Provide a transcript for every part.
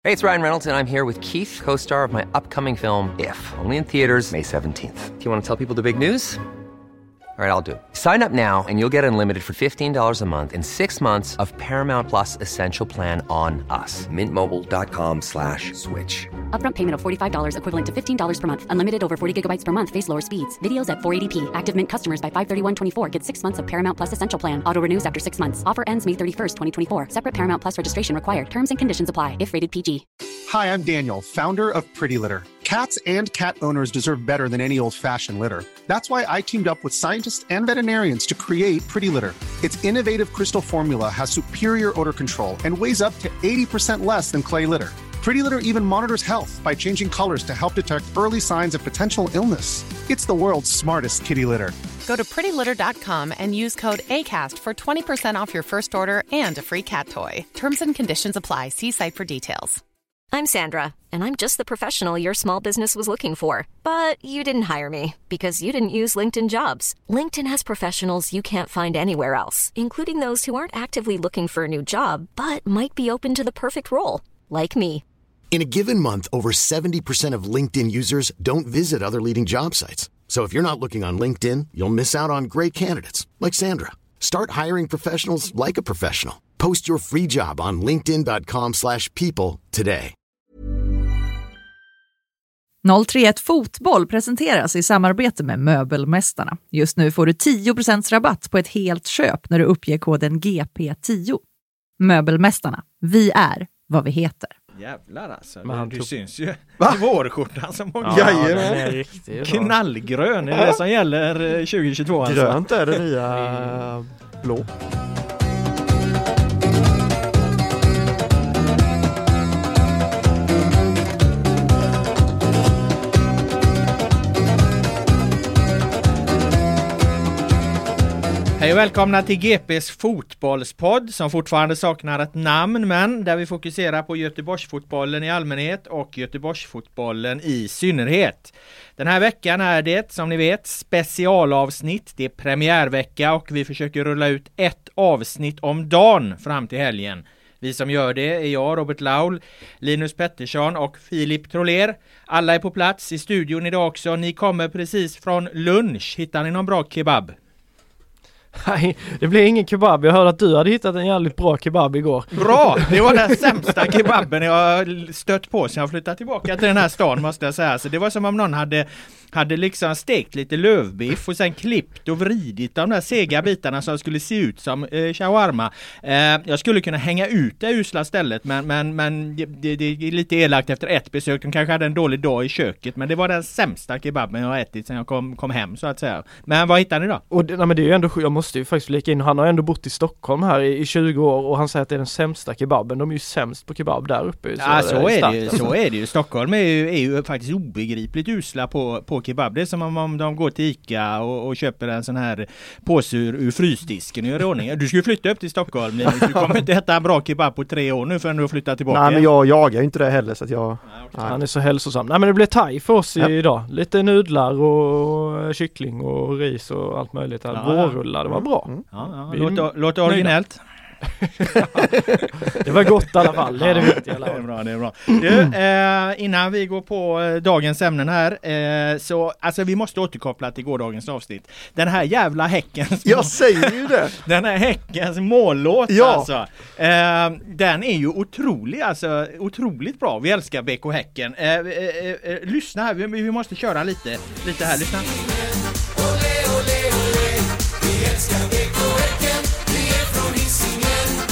Hey, it's Ryan Reynolds, and I'm here with Keith, co-star of my upcoming film, If, only in theaters May 17th. Do you want to tell people the big news? All right, I'll do it. Sign up now and you'll get unlimited for $15 a month and 6 months of Paramount Plus Essential Plan on us. MintMobile.com/switch. Upfront payment of $45 equivalent to $15 per month. Unlimited over 40 gigabytes per month. Face lower speeds. Videos at 480p. Active Mint customers by 531.24 get 6 months of Paramount Plus Essential Plan. Auto renews after 6 months. Offer ends May 31st, 2024. Separate Paramount Plus registration required. Terms and conditions apply if rated PG. Hi, I'm Daniel, founder of Pretty Litter. Cats and cat owners deserve better than any old-fashioned litter. That's why I teamed up with scientists and veterinarians to create Pretty Litter. Its innovative crystal formula has superior odor control and weighs up to 80% less than clay litter. Pretty Litter even monitors health by changing colors to help detect early signs of potential illness. It's the world's smartest kitty litter. Go to prettylitter.com and use code ACAST for 20% off your first order and a free cat toy. Terms and conditions apply. See site for details. I'm Sandra, and I'm just the professional your small business was looking for. But you didn't hire me because you didn't use LinkedIn Jobs. LinkedIn has professionals you can't find anywhere else, including those who aren't actively looking for a new job, but might be open to the perfect role, like me. In a given month, over 70% of LinkedIn users don't visit other leading job sites. So if you're not looking on LinkedIn, you'll miss out on great candidates, like Sandra. Start hiring professionals like a professional. Post your free job on linkedin.com/people today. 031 Fotboll presenteras i samarbete med Möbelmästarna. Just nu får du 10% rabatt på ett helt köp när du uppger koden GP10. Möbelmästarna. Vi är vad vi heter. Jävlar alltså. Men du syns ju. Vårskjortan som hon gör. Knallgrön är det som gäller 2022. Alltså. Grönt är det nya blå. Hej och välkomna till GPs fotbollspodd som fortfarande saknar ett namn, men där vi fokuserar på Göteborgsfotbollen i allmänhet och Göteborgsfotbollen i synnerhet. Den här veckan är det, som ni vet, specialavsnitt. Det är premiärvecka och vi försöker rulla ut ett avsnitt om dagen fram till helgen. Vi som gör det är jag, Robert Laul, Linus Pettersson och Filip Troller. Alla är på plats i studion idag också. Ni kommer precis från lunch. Hittar ni någon bra kebab? Nej, det blir ingen kebab. Jag hörde att du hade hittat en jävligt bra kebab igår. Bra! Det var den sämsta kebaben jag har stött på sen jag flyttade tillbaka till den här stan, måste jag säga. Så det var som om någon hade liksom stekt lite lövbiff och sen klippt och vridit de där sega bitarna som skulle se ut som shawarma. Jag skulle kunna hänga ut det usla stället, men det är lite elakt efter ett besök. De kanske hade en dålig dag i köket, men det var den sämsta kebaben jag har ätit sen jag kom hem, så att säga. Men vad hittar ni då? Och men det är ju ändå, jag måste ju faktiskt flika in, han har ändå bott i Stockholm här i 20 år och han säger att det är den sämsta kebaben. De är ju sämst på kebab där uppe. Så är det ju. Stockholm är ju faktiskt obegripligt usla på kebab. Det är som om de går till Ica och köper en sån här påse ur frysdisken och gör ordning. Du ska ju flytta upp till Stockholm, Linus. Du kommer inte äta en bra kebab på 3 år nu förrän du har flyttat tillbaka. Nej, men jag jagar ju inte det heller, så att jag... Nej. Han är så hälsosam. Nej, men det blir thai för oss idag. Lite nudlar och kyckling och ris och allt möjligt. Vårrullar, det var bra. Låter originellt. Det var gott i alla fall. Det är det viktiga. Det är bra. Du, innan vi går på dagens ämnen här, så alltså vi måste återkoppla till gårdagens avsnitt. Den här jävla Häckens... Jag säger ju det! Den här Häckens mållåt, alltså. Den är ju otroligt bra. Vi älskar BK Häcken. Lyssna här, vi måste köra lite här. Lyssna. Vi älskar BK Häcken. Vi är från Hisingen.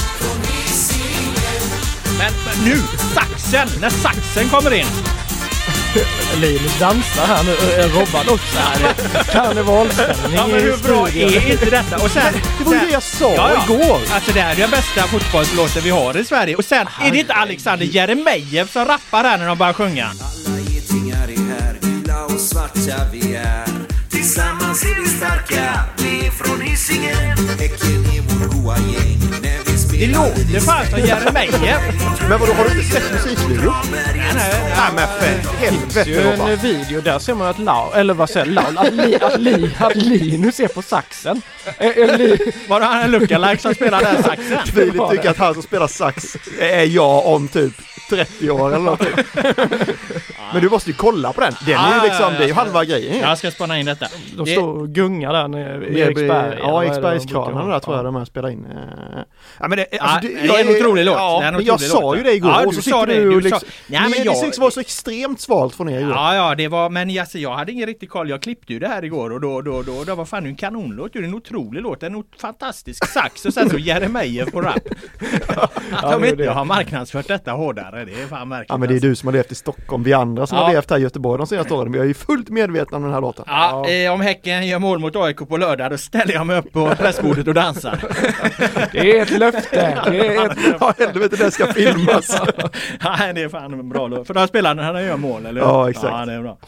Men nu, när saxen kommer in. Linus dansar här nu, Robban också här. Karnevalstämning. Ja, men hur bra är inte detta? Och sen, det var ju det jag sa igår. Alltså det är den bästa fotbollslåten vi har i Sverige. Och sen är det inte Alexander Jeremejeff som rappar här när de börjar sjunga. Alla getingar är här, gula och svarta vi är. Tillsammans är vi starka, vi är från Hisingen. Häcken är vårt goa gäng. Det låter fan som Jeremejeff. Men vadå, har du inte sett musikvideo? Nej, men helvete. Det är ju en video, där ser man att Linus är på saxen. Var det han en lookalike som spelar den saxen? Filip tycker att han som spelar sax är jag om typ 30 år eller någonting. Men du måste ju kolla på den. Den är ju liksom, det är ju halva grejen. Jag ska spana in detta. De står och gungar där nere i Eriksberg. Ja, Eriksbergskranen där tror jag de här spelar in. Ja, men det är en otrolig låt. Ja, men jag sa ju det igår. Ja, och så sitter du liksom... Nej, men det tycks vara så extremt svalt från er igår. Ja, det var, men alltså, jag hade ingen riktig koll. Jag klippte ju det här igår och då var fan en kanonlåt. Det är en otrolig låt. En fantastisk sax och sen så Jeremejeff på rap. Jag vet inte, jag har marknadsfört detta hårdare. Det är fan märkligt. Ja, men det är du som har levt i Stockholm. Vi andra som har levt här i Göteborg de senaste åren. Vi är ju fullt medvetna om den här låten. Ja, om Häcken gör mål mot AIK på lördag, då ställer jag mig upp på pressbordet och dansar. Det är ett löfte. Ja, helvete, det ska filmas. Nej, det är fan en bra låt. För då spelar han gör mål, eller? Ja, exakt. Ja, det är bra.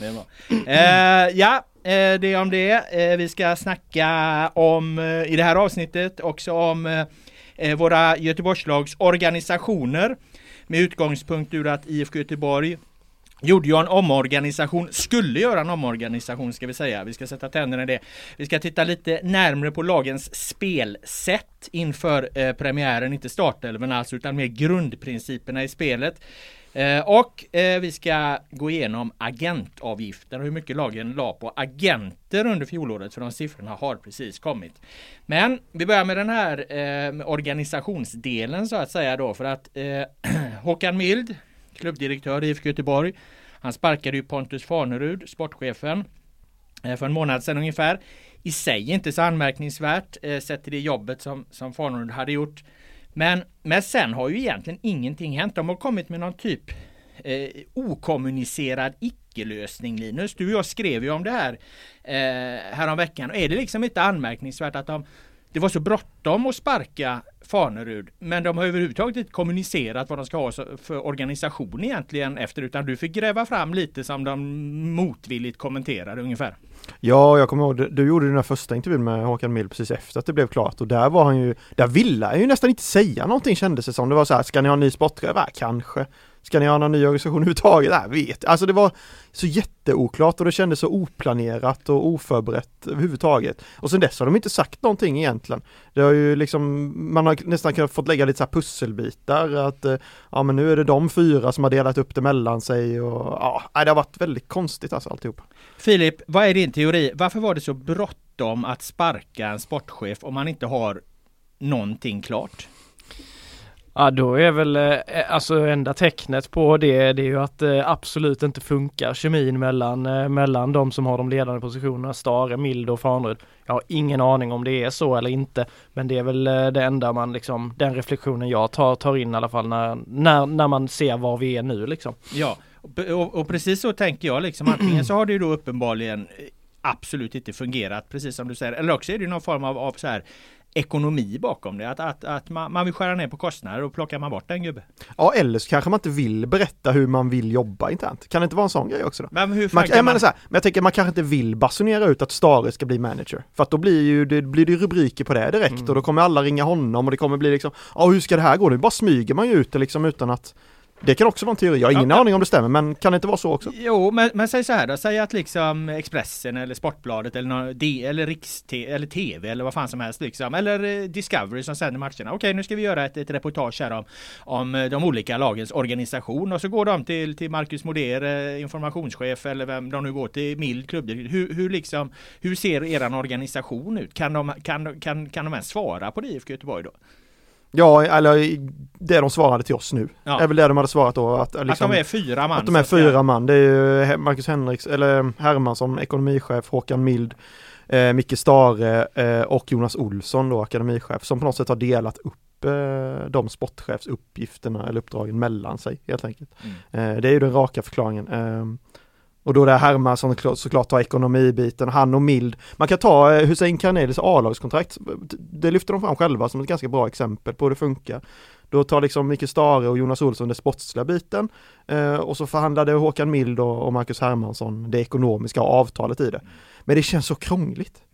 Det är om det. Vi ska snacka om i det här avsnittet också om våra Göteborgslags organisationer med utgångspunkt ur att IFK Göteborg gjorde ju en omorganisation, skulle göra en omorganisation ska vi säga. Vi ska sätta tänderna i det. Vi ska titta lite närmare på lagens spelsätt inför premiären, inte startelvan alltså, utan mer grundprinciperna i spelet. Och vi ska gå igenom agentavgifter och hur mycket lagen la på agenter under fjolåret, för de siffrorna har precis kommit. Men vi börjar med den här organisationsdelen så att säga då, för att Håkan Mild, klubbdirektör i IFK Göteborg, han sparkade ju Pontus Farnerud, sportchefen, för en månad sedan ungefär. I sig inte så anmärkningsvärt sett till det jobbet som Farnerud hade gjort. Men sen har ju egentligen ingenting hänt. De har kommit med någon typ okommunicerad icke-lösning, Linus. Du och jag skrev ju om det här om veckan. Är det liksom inte anmärkningsvärt att det var så bråttom att sparka Farnerud, men de har överhuvudtaget inte kommunicerat vad de ska ha för organisation egentligen efter, utan du fick gräva fram lite som de motvilligt kommenterade ungefär. Ja, jag kommer ihåg, du gjorde den här första intervjun med Håkan Mild precis efter att det blev klart, och där ville han ju nästan inte säga någonting, kändes det som. Det var så här, ska ni ha en ny sportchef? Kanske. Ska ni ha någon ny organisation överhuvudtaget? Vet. Alltså det var så jätteoklart och det kändes så oplanerat och oförberett överhuvudtaget. Och sen dess har de inte sagt någonting egentligen. Det har ju liksom, man har nästan fått lägga lite så här pusselbitar att men nu är det de 4 som har delat upp det mellan sig och det har varit väldigt konstigt alltså alltihop. Filip, vad är din teori? Varför var det så bråttom att sparka en sportchef om man inte har någonting klart? Ja, då är väl enda tecknet på det är ju att absolut inte funkar kemin mellan de som har de ledande positionerna, Stare, Mild och Farnerud. Jag har ingen aning om det är så eller inte, men det är väl det enda man liksom, den reflektionen jag tar in i alla fall när man ser var vi är nu liksom. Ja, och precis så tänker jag liksom, antingen så har det ju då uppenbarligen absolut inte fungerat, precis som du säger, eller också är det någon form av så här ekonomi bakom det, att man vill skära ner på kostnader och plockar man bort en gubbe. Ja, eller så kanske man inte vill berätta hur man vill jobba internt. Kan det inte vara en sån grej också då? Men hur men jag tänker man kanske inte vill basunera ut att Stare ska bli manager, för att då blir det rubriker på det direkt och då kommer alla ringa honom och det kommer bli liksom, hur ska det här gå? Nu bara smyger man ju ut det liksom utan att. Det kan också vara en teori. Jag har ingen aning om det stämmer, men kan det inte vara så också? Jo, men säg så här då. Säg att liksom Expressen eller Sportbladet eller eller TV eller vad fan som helst liksom. Eller Discovery som sänder matcherna. Okej, nu ska vi göra ett reportage här om de olika lagens organisation. Och så går de till Marcus Moder, informationschef, eller vem de nu går till, Mild klubbdirektör. Hur ser eran organisation ut? Kan de ens svara på det IFK Göteborg då? Ja, eller det de svarade till oss nu. Ja. Är väl det de hade svarat då. Att de är 4 man. Att de är 4 man. Det är ju Marcus Hermansson, ekonomichef, Håkan Mild, Micke Stare och Jonas Olsson då, akademichef, som på något sätt har delat upp de sportchefsuppgifterna eller uppdragen mellan sig helt enkelt. Det är ju den raka förklaringen. Och då det Hermansson såklart tar ekonomibiten, han och Mild. Man kan ta Hussein Karnelis A-lagskontrakt. Det lyfter de fram själva som ett ganska bra exempel på hur det funkar. Då tar liksom Micke Stare och Jonas Olsson den sportsliga biten. Och så förhandlade Håkan Mild och Marcus Hermansson det ekonomiska avtalet i det. Men det känns så krångligt.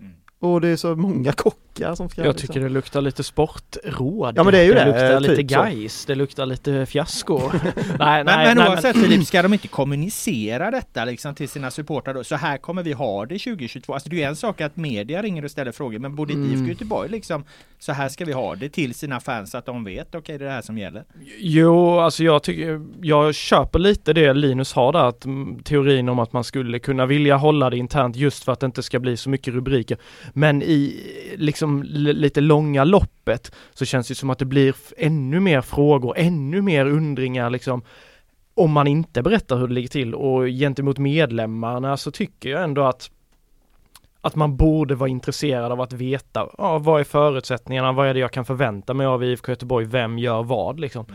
Och det är så många kockar som ska... Jag tycker det luktar lite sportråd. Ja, men det är ju det. luktar typ lite Gais, det luktar lite fiasko. Men oavsett Filip, ska de inte kommunicera detta liksom till sina supportrar då? Så här kommer vi ha det 2022. Alltså det är ju en sak att media ringer och ställer frågor, men borde inte IFK Göteborg liksom, så här ska vi ha det till sina fans så att de vet okej, det är det här som gäller? Jo, alltså jag köper lite det Linus har där, att teorin om att man skulle kunna vilja hålla det internt just för att det inte ska bli så mycket rubriker. Men i liksom lite långa loppet så känns det som att det blir ännu mer frågor, ännu mer undringar liksom, om man inte berättar hur det ligger till. Och gentemot medlemmarna så tycker jag ändå att man borde vara intresserad av att veta vad är förutsättningarna, vad är det jag kan förvänta mig av IFK Göteborg, vem gör vad liksom.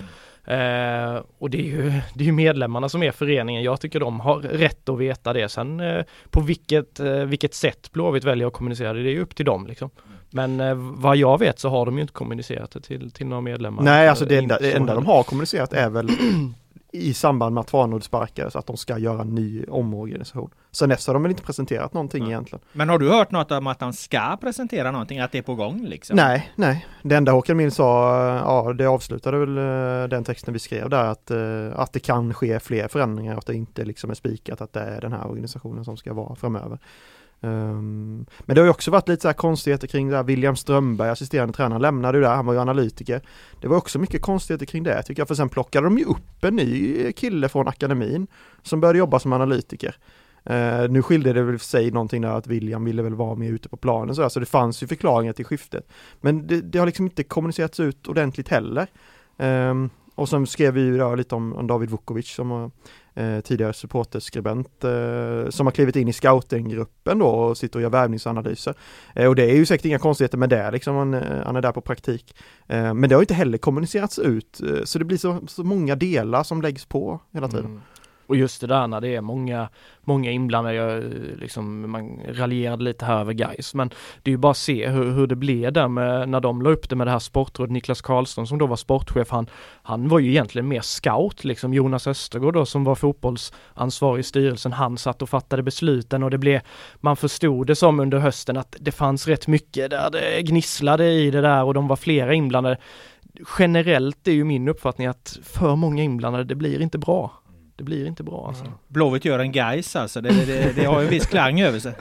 Och det är ju medlemmarna som är föreningen. Jag tycker de har rätt att veta det. Sen på vilket sätt Blåvitt väljer att kommunicera det är ju upp till dem liksom. Men vad jag vet så har de ju inte kommunicerat det till några medlemmar. Nej, alltså det enda de har kommunicerat är väl i samband med att Farnod sparkades att de ska göra en ny omorganisation. Sen efter har de väl inte presenterat någonting egentligen. Men har du hört något om att de ska presentera någonting, att det är på gång liksom? Nej. Det enda Håkan Mild sa, det avslutade väl den texten vi skrev där, att det kan ske fler förändringar och att det inte liksom är spikat att det är den här organisationen som ska vara framöver. Men det har ju också varit lite så här konstigheter kring det där. William Strömberg, assisterande tränaren, lämnade ju där, han var ju analytiker. Det var också mycket konstigheter kring det tycker jag, för sen plockade de ju upp en ny kille från akademin som började jobba som analytiker. Nu skilde det väl för sig någonting där att William ville väl vara med ute på planen så det fanns ju förklaringar till skiftet, men det har liksom inte kommunicerats ut ordentligt heller. Och sen skrev vi ju lite om David Vukovic som var tidigare supporterskribent som har klivit in i scoutinggruppen då och sitter och gör värvningsanalyser. Och det är ju säkert inga konstigheter med det, liksom han är där på praktik. Men det har inte heller kommunicerats ut, så det blir så många delar som läggs på hela tiden. Och just det där när det är många inblandade, man raljerade lite här över Gais, men det är ju bara att se hur det blev där när de la upp det med det här sportrådet. Niklas Karlsson som då var sportchef, han var ju egentligen mer scout liksom. Jonas Östergård då som var fotbollsansvarig i styrelsen, han satt och fattade besluten och man förstod det som under hösten att det fanns rätt mycket där det gnisslade i det där och de var flera inblandade. Generellt är ju min uppfattning att för många inblandade, det blir inte bra. Det blir inte bra alltså. Blåvitt gör en Gais alltså, det har ju en viss klang över sig.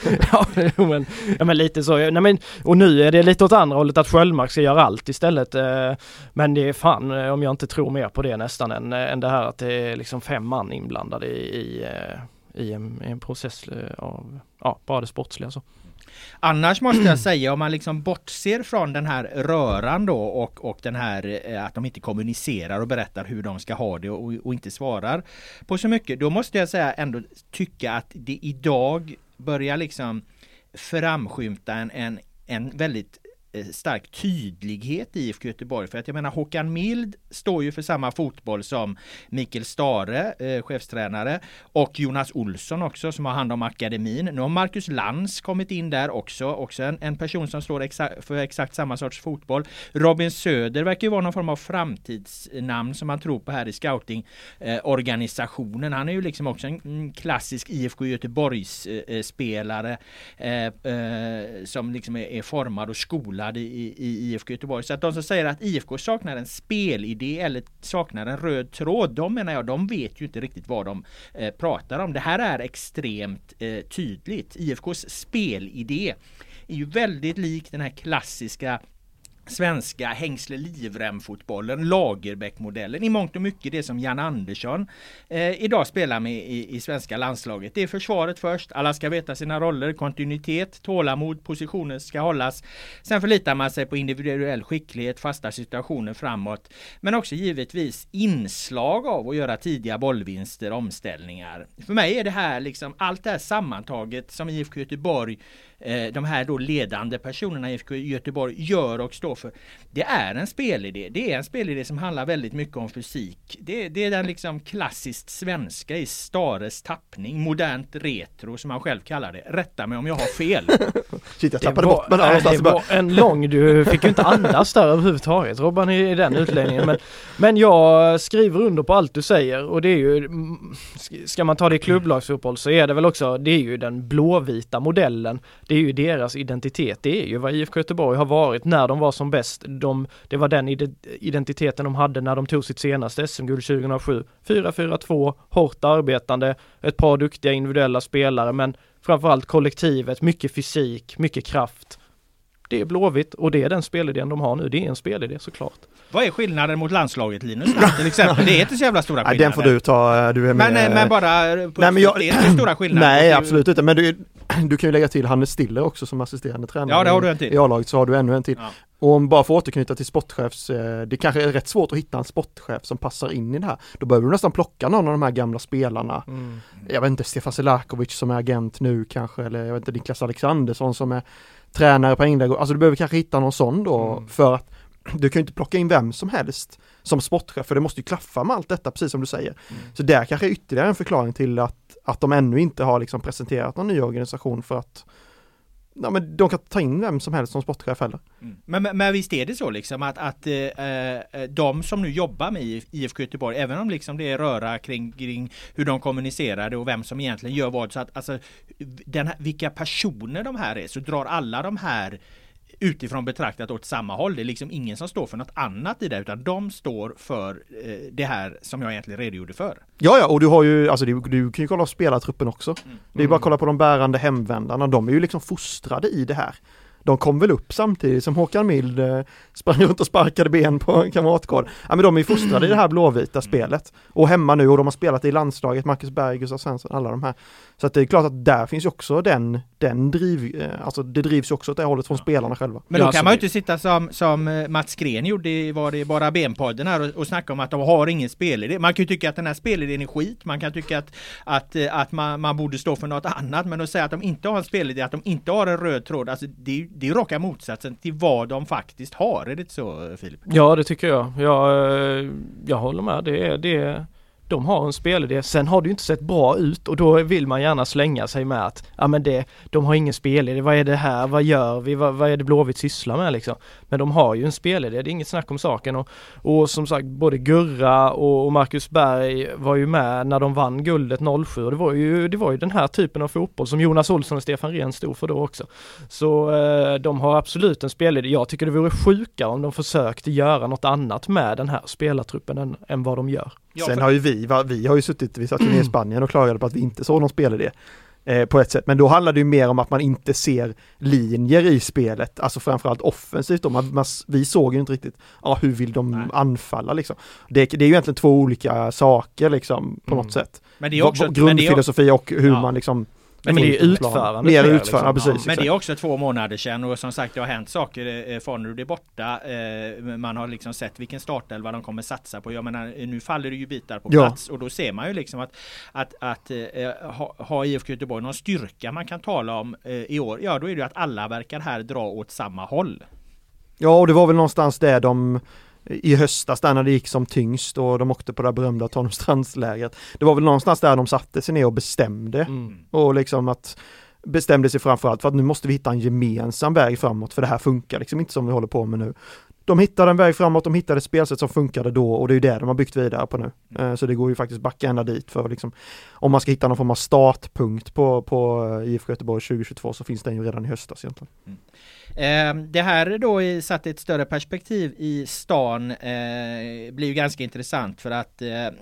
men lite så. Nej, men, och nu är det lite åt andra hållet att Sköldmark ska göra allt istället. Men det är fan, om jag inte tror mer på det nästan än det här att det är liksom 5 man inblandade i en process av bara det sportsliga så. Annars måste jag säga, om man liksom bortser från den här röran då och den här att de inte kommunicerar och berättar hur de ska ha det och inte svarar på så mycket, då måste jag säga ändå tycka att det idag börjar liksom framskymta en väldigt stark tydlighet i IFK Göteborg. För att jag menar, Håkan Mild står ju för samma fotboll som Mikael Stare, chefstränare, och Jonas Olsson också som har hand om akademin. Nu har Marcus Lantz kommit in där också en person som står för exakt samma sorts fotboll. Robin Söder verkar ju vara någon form av framtidsnamn som man tror på här i scouting-organisationen. Han är ju liksom också en klassisk IFK Göteborgs spelare som liksom är formad och skolad i IFK Göteborg. Så att de som säger att IFK saknar en spelidé eller saknar en röd tråd, de vet ju inte riktigt vad de pratar om. Det här är extremt tydligt. IFKs spelidé är ju väldigt lik den här klassiska svenska hängsle-livrem-fotbollen, Lagerbäck-modellen, i mångt och mycket det som Jan Andersson idag spelar med i svenska landslaget. Det är försvaret först, alla ska veta sina roller, kontinuitet, tålamod, positioner ska hållas. Sen förlitar man sig på individuell skicklighet, fasta situationer framåt, men också givetvis inslag av att göra tidiga bollvinster, omställningar. För mig är det här liksom allt det här sammantaget som IFK Göteborg, de här då ledande personerna i IFK Göteborg gör och står står för. Det är en spelidé. Det är en spelidé som handlar väldigt mycket om fysik. Det är den liksom klassiskt svenska i Stares tappning. Modernt retro som han själv kallar det. Rätta mig om jag har fel. Shit, jag tappade bort mig där. Det var en lång, du fick ju inte andas där överhuvudtaget, Robban, i den utläggningen. Men jag skriver under på allt du säger, och det är ju, ska man ta det i klubblagsfotboll så är det väl också, det är ju den blåvita modellen. Det är ju deras identitet. Det är ju vad IFK Göteborg har varit när de var som bäst. Det var den identiteten de hade när de tog sitt senaste SM-guld 2007. 4-4-2, hårt arbetande, ett par duktiga individuella spelare, men framförallt kollektivet, mycket fysik, mycket kraft. Det är Blåvitt, och det är den spelidén de har nu. Det är en spelidé såklart. Vad är skillnaden mot landslaget, Linus? Till exempel, det är inte så jävla stora skillnader. Den får du ta, du är med. Men bara på det är inte stora skillnader. Nej, absolut inte. Men du kan ju lägga till Hannes Stiller också som assisterande tränare. Ja, det har du en till. I A-laget så har du ännu en till. Ja. Och om bara får återknyta till sportchefs, det kanske är rätt svårt att hitta en sportchef som passar in i det här. Då behöver du nästan plocka någon av de här gamla spelarna. Jag vet inte, Stefan Selakovic som är agent nu kanske, eller jag vet inte, Niklas Alexandersson som är tränare på England. Alltså du behöver kanske hitta någon sån då, för att du kan ju inte plocka in vem som helst som sportchef, för det måste ju klaffa med allt detta, precis som du säger. Så där kanske är ytterligare en förklaring till att de ännu inte har liksom presenterat någon ny organisation, för att men de kan ta in vem som helst som sportchef heller. Men visst är det så liksom att de som nu jobbar med IFK Göteborg, även om liksom det är röra kring hur de kommunicerar och vem som egentligen gör vad, så att alltså, vilka personer de här är, så drar alla de här utifrån betraktat åt samma håll. Det är liksom ingen som står för något annat i det, utan de står för det här som jag egentligen redogjorde för. Ja, och du har ju, alltså du kan ju kolla på spelartruppen också. Det är bara att kolla på de bärande hemvändarna. De är ju liksom fostrade i det här. De kom väl upp samtidigt som Håkan Mild sprang runt och sparkade ben på en kamratgård. Ja, men de är ju fostrade i det här blåvita spelet. Och hemma nu, och de har spelat i landslaget, Marcus Berg, Gustav Svensson, alla de här. Så att det är klart att där finns ju också den alltså det drivs ju också åt det hållet från spelarna själva. Men då kan man ju inte sitta som Mats Gren gjorde, var det bara benpodden här, och snacka om att de har ingen spelidé. Man kan ju tycka att den här spelidén är skit. Man kan tycka att man borde stå för något annat, men att säga att de inte har en spelidé, att de inte har en röd tråd, alltså det är raka motsatsen till vad de faktiskt har. Är det så, Filip? Ja, det tycker jag. Jag håller med. De har en spelidé. Sen har det ju inte sett bra ut, och då vill man gärna slänga sig med att de har ingen spelidé. Vad är det här? Vad gör vi? Vad är det Blåvitt sysslar med liksom? Men de har ju en spelidé. Det är inget snack om saken. Och som sagt, både Gurra och Marcus Berg var ju med när de vann guldet 07. Och det var ju den här typen av fotboll som Jonas Olsson och Stefan Rehn stod för då också. Så de har absolut en spelidé. Jag tycker det vore sjukare om de försökte göra något annat med den här spelartruppen än vad de gör. Sen har ju vi har ju vi satt ju i Spanien och klagade på att vi inte såg någon spelidé på ett sätt. Men då handlar det ju mer om att man inte ser linjer i spelet, alltså framförallt offensivt. Vi såg ju inte riktigt hur vill de anfalla liksom. Det är ju egentligen två olika saker liksom på något sätt. Men det är också grundfilosofi och hur man liksom. Men det är utförande. Mer utförande, liksom. Precis. Men det är också 2 månader sedan, och som sagt det har hänt saker. Farnerud är borta. Man har liksom sett vilken startelva de kommer satsa på. Jag menar, nu faller det ju bitar på plats, och då ser man ju liksom att ha IFK Göteborg någon styrka man kan tala om i år. Ja, då är det ju att alla verkar här dra åt samma håll. Ja, och det var väl någonstans där de i höstas där när det gick som tyngst och de åkte på det berömda Tanumstrandslägret. Det var väl någonstans där de satte sig ner och bestämde. Och liksom bestämde sig framförallt för att nu måste vi hitta en gemensam väg framåt, för det här funkar liksom inte som vi håller på med nu. De hittade en väg framåt, de hittade ett spelsätt som funkade då, och det är ju det de har byggt vidare på nu. Så det går ju faktiskt backa ända dit, för liksom, om man ska hitta någon form av startpunkt på IFK Göteborg 2022 så finns den ju redan i höstas egentligen. Det här då satt ett större perspektiv i stan blir ju ganska intressant, för att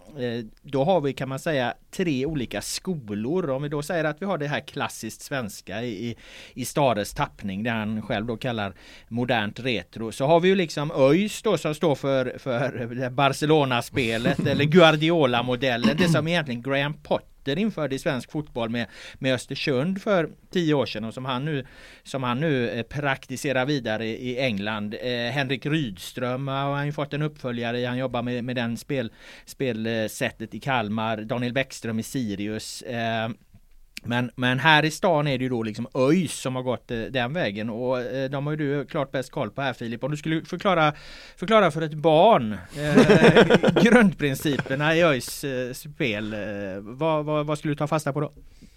då har vi, kan man säga, 3 olika skolor. Om vi då säger att vi har det här klassiskt svenska i Stares tappning, det han själv då kallar modernt retro, så har vi ju liksom ÖIS då som står för Barcelona-spelet eller Guardiola-modellen, det som egentligen Graham Potter införde i svensk fotboll med Östersund för 10 år sedan, och som han nu praktiserar vidare i England. Henrik Rydström har han ju fått en uppföljare, han jobbar med den spelsättet i Kalmar. Daniel Bäckström i Sirius. Men här i stan är det ju då liksom ÖIS som har gått den vägen, och de har ju du klart bäst koll på här, Filip. Om du skulle förklara för ett barn grundprinciperna i ÖIS spel, vad skulle du ta fasta på då?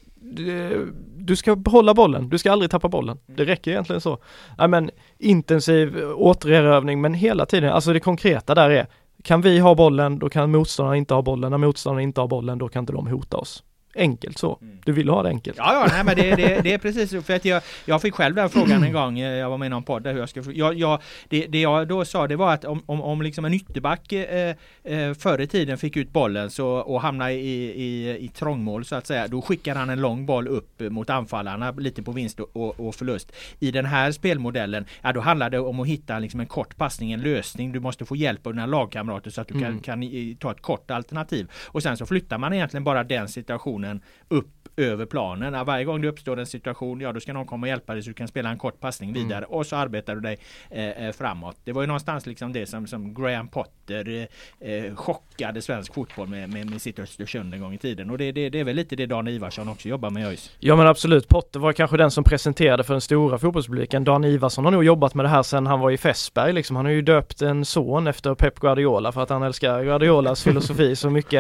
Du ska behålla bollen, du ska aldrig tappa bollen. Det räcker egentligen så. Nej, men intensiv återerövning, men hela tiden, alltså det konkreta där är, kan vi ha bollen, då kan motståndarna inte ha bollen. När motståndarna inte har bollen, då kan inte de hota oss. Enkelt så. Du vill ha det enkelt. Ja, nej, men det är precis så. För att jag fick själv den frågan en gång. Jag var med i någon podd där hur jag ska... Det jag då sa, det var att om liksom en ytterback förr i tiden fick ut bollen och hamnade i trångmål så att säga, då skickar han en lång boll upp mot anfallarna lite på vinst och förlust. I den här spelmodellen, ja, då handlar det om att hitta liksom en kort passning, en lösning. Du måste få hjälp av dina lagkamrater så att du kan ta ett kort alternativ. Och sen så flyttar man egentligen bara den situationen upp över planen. Varje gång det uppstår en situation, ja, då ska någon komma och hjälpa dig så du kan spela en kort passning vidare och så arbetar du dig framåt. Det var ju någonstans liksom det som Graham Potter chockade svensk fotboll med sitt Östersund en gång i tiden, och det är väl lite det Dan Ivarsson också jobbar med ÖIS. Ja, men absolut. Potter var kanske den som presenterade för den stora fotbollspubliken. Dan Ivarsson har nog jobbat med det här sedan han var i Fässberg liksom. Han har ju döpt en son efter Pep Guardiola för att han älskar Guardiolas filosofi så mycket.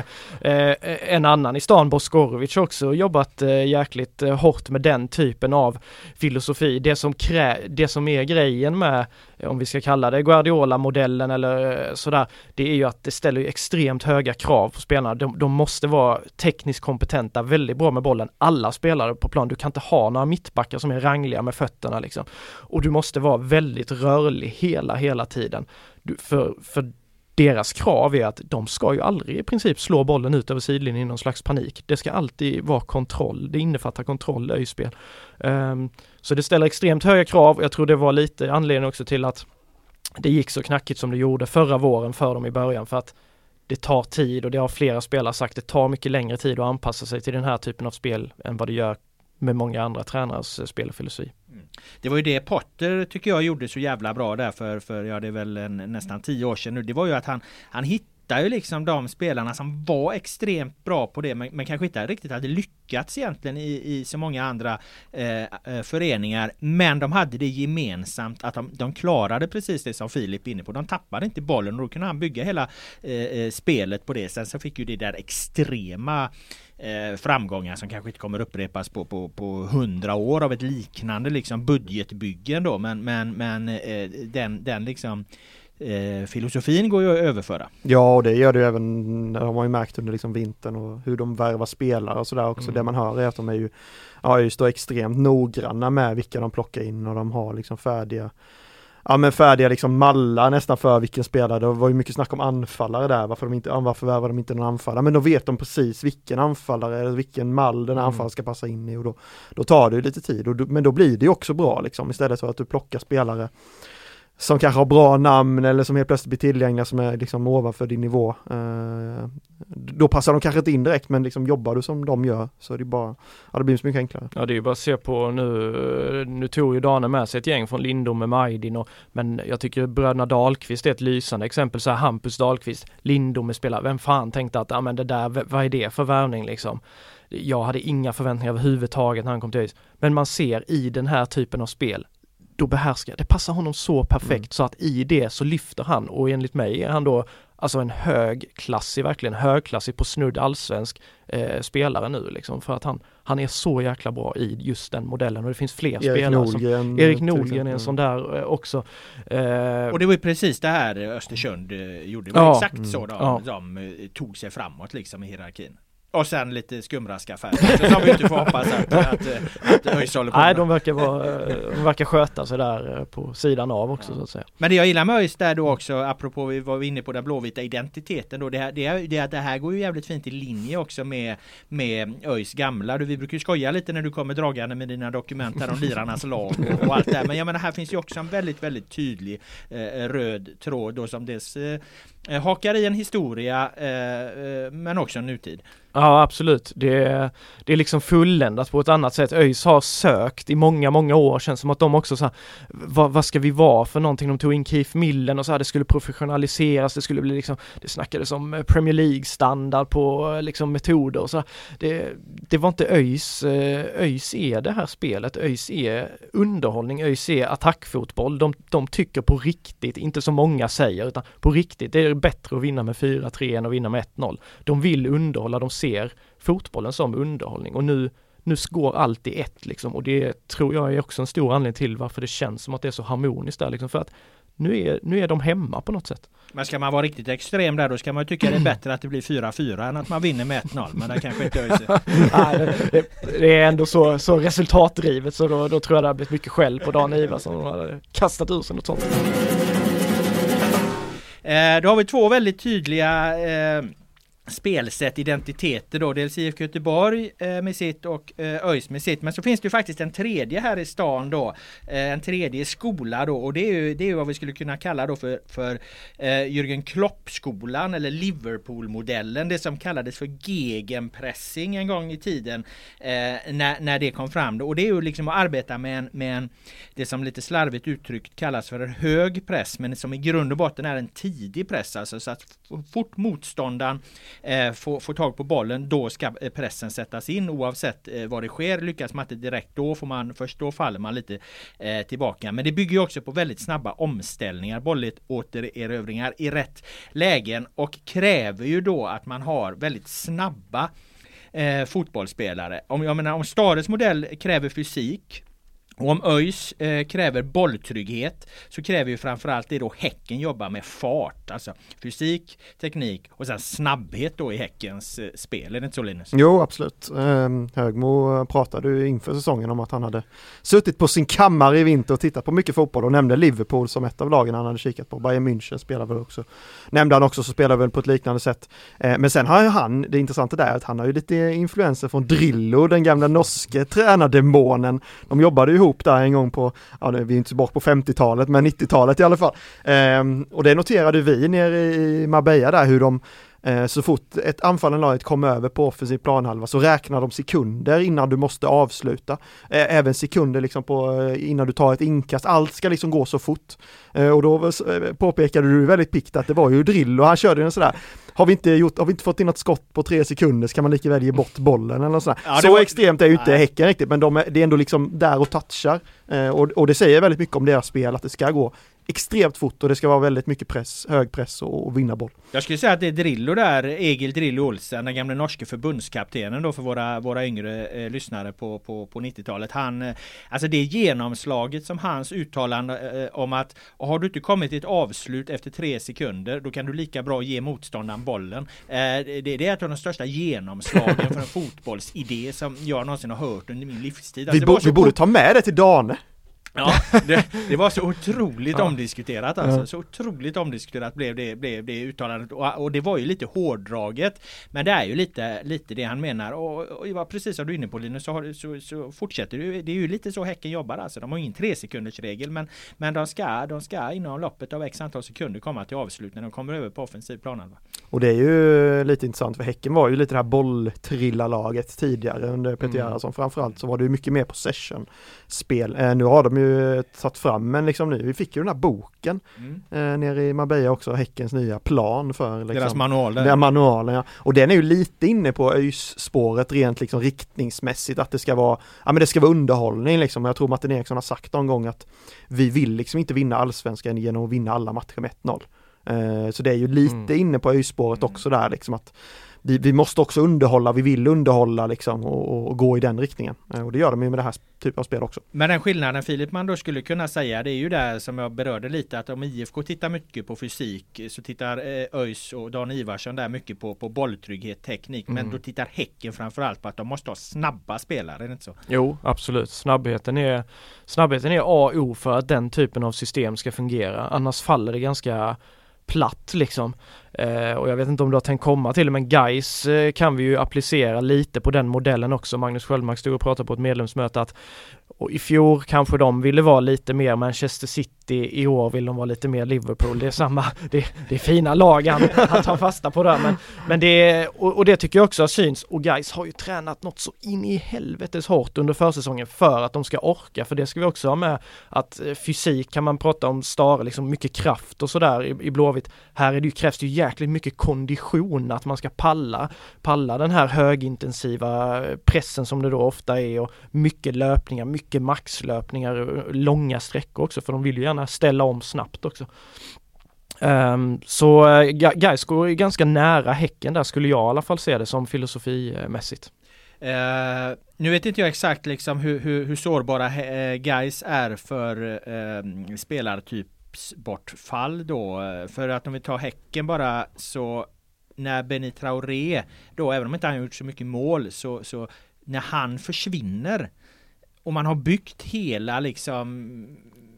En annan i stan, Boskorovic, också jobbat jäkligt hårt med den typen av filosofi. Det som är grejen med, om vi ska kalla det Guardiola-modellen eller sådär, det är ju att det ställer extremt höga krav på spelarna. De måste vara tekniskt kompetenta, väldigt bra med bollen. Alla spelare på plan. Du kan inte ha några mittbackar som är rangliga med fötterna liksom. Och du måste vara väldigt rörlig hela tiden. För deras krav är att de ska ju aldrig i princip slå bollen ut över sidlinjen i någon slags panik. Det ska alltid vara kontroll. Det innefattar kontroll i spel. Så det ställer extremt höga krav. Jag tror det var lite anledning också till att det gick så knackigt som det gjorde förra våren för dem i början. För att det tar tid, och det har flera spelare sagt, det tar mycket längre tid att anpassa sig till den här typen av spel än vad det gör med många andra tränares spelfilosofi. Det var ju det Potter tycker jag gjorde så jävla bra där för det är väl nästan 10 år sedan nu. Det var ju att han hittade ju liksom de spelarna som var extremt bra på det, men kanske inte riktigt hade lyckats egentligen i så många andra föreningar, men de hade det gemensamt att de klarade precis det som Filip är inne på. De tappade inte bollen, och då kunde han bygga hela spelet på det. Sen så fick ju det där extrema framgångar som kanske inte kommer upprepas på 100 år av ett liknande liksom budgetbyggen då, men den liksom filosofin går ju att överföra. Ja, och det gör det ju även, de har ju märkt under liksom vintern och hur de värvar spelare och sådär också. Det man hör är att de är ju just då extremt noggranna med vilka de plockar in, och de har liksom färdiga liksom mallar nästan för vilken spelare. Det var ju mycket snack om anfallare där, varför värvar de inte någon anfallare, men då vet de precis vilken anfallare eller vilken mall den anfallaren ska passa in i, och då tar det ju lite tid, men då blir det ju också bra liksom, istället för att du plockar spelare som kanske har bra namn eller som helt plötsligt blir tillgängliga som är liksom ovanför din nivå. Då passar de kanske inte in direkt, men liksom jobbar du som de gör så är det bara, det blir så mycket enklare. Ja, det är ju bara att se på nu tog ju Dane med sig ett gäng från Lindom med Majdin, men jag tycker bröderna Dahlqvist är ett lysande exempel. Så här, Hampus Dahlqvist, Lindom spelare. Vem fan tänkte att men det där, vad är det för värvning liksom? Jag hade inga förväntningar överhuvudtaget när han kom till ÖIS. Men man ser i den här typen av spel, då det passar honom så perfekt så att i det så lyfter han, och enligt mig är han då alltså en verkligen högklassig på snudd allsvensk spelare nu liksom, för att han är så jäkla bra i just den modellen, och det finns fler spelare. Erik Nordgren är en sån där också. Och det var ju precis det här Östersund gjorde. Det var exakt så de tog sig framåt liksom i hierarkin. Och sen lite skumraskaffärer som vi inte får hoppas att ÖIS håller på. Nej, de verkar sköta sig där på sidan av också så att säga. Men det jag gillar med ÖIS där då också, apropå vi var inne på den blåvita identiteten då, det här går ju jävligt fint i linje också med ÖIS gamla. Vi brukar ju skoja lite när du kommer dragande med dina dokument här om lirarnas lag och allt det här. Men jag menar, här finns ju också en väldigt, väldigt tydlig röd tråd då, som dels hakar i en historia men också en nutid. Ja, absolut. Det är liksom fulländat på ett annat sätt. ÖIS har sökt i många, många år. Känns som att de också så här, vad ska vi vara för någonting? De tog in Keith Millen och så här, det skulle professionaliseras. Det skulle bli liksom, det snackades om Premier League-standard på liksom metoder och så. Det var inte ÖIS. ÖIS är det här spelet. ÖIS är underhållning. ÖIS är attackfotboll. De tycker på riktigt, inte som många säger, utan på riktigt. Det är bättre att vinna med 4-3 än att vinna med 1-0. De vill underhålla, de ser fotbollen som underhållning och nu går allt i ett liksom, och det tror jag är också en stor anledning till varför det känns som att det är så harmoniskt där liksom, för att nu är de hemma på något sätt. Men ska man vara riktigt extrem där, då ska man ju tycka det är bättre att det blir 4-4 än att man vinner med 1-0, men det kanske inte är det är ändå så resultatdrivet, så då tror jag det har blivit mycket skäll på Dan Ivarsson som har kastat ur sig något sånt. Då har vi två väldigt tydliga spelsätt, identiteter då, dels IFK Göteborg med sitt och ÖIS med sitt, men så finns det ju faktiskt en tredje här i stan då, en tredje skola då, och det är ju vad vi skulle kunna kalla då för Jürgen Klopp-skolan eller Liverpool-modellen, det som kallades för gegenpressing en gång i tiden när det kom fram då, och det är ju liksom att arbeta med en det som lite slarvigt uttryckt kallas för en hög press, men som i grund och botten är en tidig press, alltså så att fort motståndaren får tag på bollen, då ska pressen sättas in oavsett vad det sker. Lyckas man inte direkt, då faller man lite tillbaka. Men det bygger ju också på väldigt snabba omställningar, bollåtererövringar i rätt lägen, och kräver ju då att man har väldigt snabba fotbollsspelare. Om Stares modell kräver fysik, och om ÖIS kräver bolltrygghet, så kräver ju framförallt det då Häcken jobbar med fart, alltså fysik, teknik och sen snabbhet då i Häckens spel. Är det inte så, Linus? Jo, absolut. Högmo pratade ju inför säsongen om att han hade suttit på sin kammare i vinter och tittat på mycket fotboll och nämnde Liverpool som ett av lagen han hade kikat på. Bayern München spelar väl också. Nämnde han också, så spelar väl på ett liknande sätt. Men sen har ju det intressanta där att han har ju lite influenser från Drillo, den gamla norske tränardemonen. De jobbade ju ihop där en gång på, vi är inte tillbaka på 50-talet, men 90-talet i alla fall. Och det noterade vi nere i Marbella där, hur de så fort ett anfallande laget kom över på offensiv planhalva så räknar de sekunder innan du måste avsluta. Även sekunder liksom innan du tar ett inkast. Allt ska liksom gå så fort. Och då påpekade du väldigt pikt att det var ju Drillo. Han körde en sådär, har vi inte fått in något skott på 3 sekunder, så kan man lika väl ge bort bollen eller sådär. Ja, så extremt är ju inte Häcken riktigt, men det är ändå liksom där och touchar. Och det säger väldigt mycket om deras spel, att det ska gå extremt fort och det ska vara väldigt mycket press, hög press och vinna boll. Jag skulle säga att det är Drillo där, Egil Drillo Olsen, den gamla norske förbundskaptenen då för våra yngre lyssnare på 90-talet. Alltså det genomslaget som hans uttalande om att har du inte kommit till ett avslut efter 3 sekunder, då kan du lika bra ge motståndaren bollen. Det är ett av de största genomslagen för en fotbollsidé som jag någonsin har hört under min livstid. Alltså vi borde ta med det till Dane. Ja, det var så otroligt omdiskuterat alltså. Så otroligt omdiskuterat blev det uttalandet, och det var ju lite hårdraget, men det är ju lite det han menar, och precis som du är inne på, Linus, så fortsätter det är ju lite så Häcken jobbar alltså. De har ingen 3-sekundersregel, men de ska inom loppet av x antal sekunder komma till avslut när de kommer över på offensiv planhalva. Och det är ju lite intressant, för Häcken var ju lite det här bolltrillalaget tidigare under Peter Gerhardsson. Framförallt så var det ju mycket mer possession-spel. Nu har de ju tagit fram, men liksom nu, vi fick ju den här boken nere i Marbella också, Häckens nya plan för liksom, deras manual där. Den manualen, ja. Och den är ju lite inne på ÖIS-spåret rent liksom riktningsmässigt, att det ska vara underhållning liksom. Jag tror Martin Eriksson har sagt någon gång att vi vill liksom inte vinna allsvenskan genom att vinna alla matcher med 1-0. Så det är ju lite inne på ÖIS-spåret också där liksom, att vi måste också underhålla, vi vill underhålla liksom, och gå i den riktningen. Och det gör de ju med det här typen av spel också. Men den skillnaden, Filip, man då skulle kunna säga, det är ju där som jag berörde lite, att om IFK tittar mycket på fysik, så tittar ÖIS och Dan Ivarsson där mycket på bolltrygghet, teknik, men då tittar Häcken framförallt på att de måste ha snabba spelare, är det inte så? Jo, absolut. Snabbheten är A och O för att den typen av system ska fungera. Annars faller det ganska platt liksom. Och jag vet inte om du har tänkt komma till det, men Gais kan vi ju applicera lite på den modellen också. Magnus Sköldmark stod och pratade på ett medlemsmöte att Och i fjol kanske de ville vara lite mer Manchester City, i år vill de vara lite mer Liverpool. Det är samma, det är fina lag han tar fasta på där. Men det, och det tycker jag också syns. Och guys har ju tränat något så in i helvetes hårt under försäsongen för att de ska orka. För det ska vi också ha med, att fysik kan man prata om, Stare, liksom mycket kraft och sådär i Blåvitt. Här är det ju, krävs det ju jäkligt mycket kondition, att man ska palla den här högintensiva pressen som det då ofta är, och mycket löpningar, mycket maxlöpningar, långa sträckor också, för de vill ju gärna ställa om snabbt också. Så Gais går ganska nära Häcken där, skulle jag i alla fall se det som filosofimässigt. Nu vet inte jag exakt liksom hur sårbara Gais är för spelartypsbortfall då, för att om vi tar Häcken bara, så när Benny Traoré då, även om inte han gjort så mycket mål, så när han försvinner och man har byggt hela liksom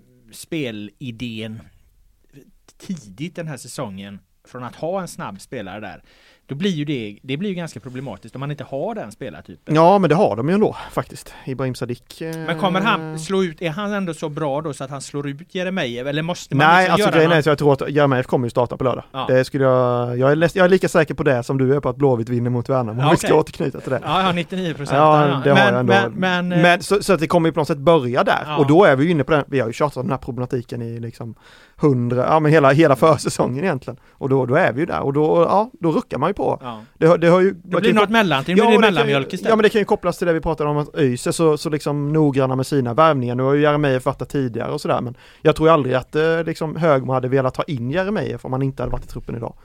spelidén tidigt den här säsongen från att ha en snabb spelare där, då blir ju det blir ju ganska problematiskt om man inte har den spelartypen. Ja, men det har de ju ändå faktiskt. Ibrahim Sadiq. Men kommer han slå ut, är han ändå så bra då så att han slår ut Jeremejeff, eller måste man Nej, liksom alltså göra grejen är så jag tror att Jeremejeff kommer ju starta på lördag. Ja. Det skulle jag är lika säker på det som du är på att Blåvitt vinner mot Värnamo. Om vi ska återknyta till det. Ja, 99%. Ja, det har jag ändå. Men så att det kommer ju på något sätt börja där. Ja. Och då är vi ju inne på den, vi har ju tjatat om den här problematiken i liksom 100, men hela försäsongen egentligen. Och då är vi ju där. Och då ruckar man ju på. Ja. Det har ju, det blir något mellanting, det blir mellanmjölk istället. Ja, men det kan ju kopplas till det vi pratade om, att ÖIS är så liksom noggranna med sina värvningar. Nu har ju Jeremejeff varit där tidigare och sådär, men jag tror aldrig att liksom Högmo hade velat ta in Jeremejeff om han inte hade varit i truppen idag.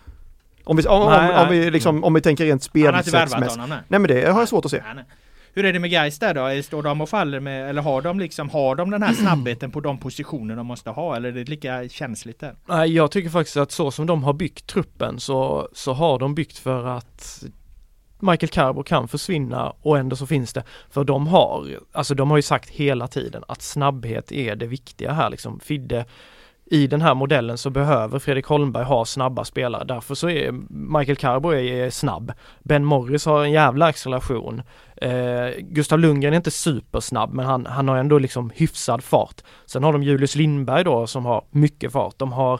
Om vi tänker rent spelsättsmässigt. Nej, men det har jag svårt att se. Nej. Hur är det med Gais där då? Står de och faller med, eller har de den här snabbheten på de positioner de måste ha, eller är det lika känsligt där? Nej, jag tycker faktiskt att så som de har byggt truppen så har de byggt för att Michael Carbo kan försvinna, och ändå så finns det, för de har ju sagt hela tiden att snabbhet är det viktiga här liksom. Fidde, i den här modellen så behöver Fredrik Holmberg ha snabba spelare. Därför så är Michael Carbo är snabb. Ben Morris har en jävla acceleration. Gustav Lundgren är inte supersnabb, men han har ändå liksom hyfsad fart. Sen har de Julius Lindberg då som har mycket fart. De har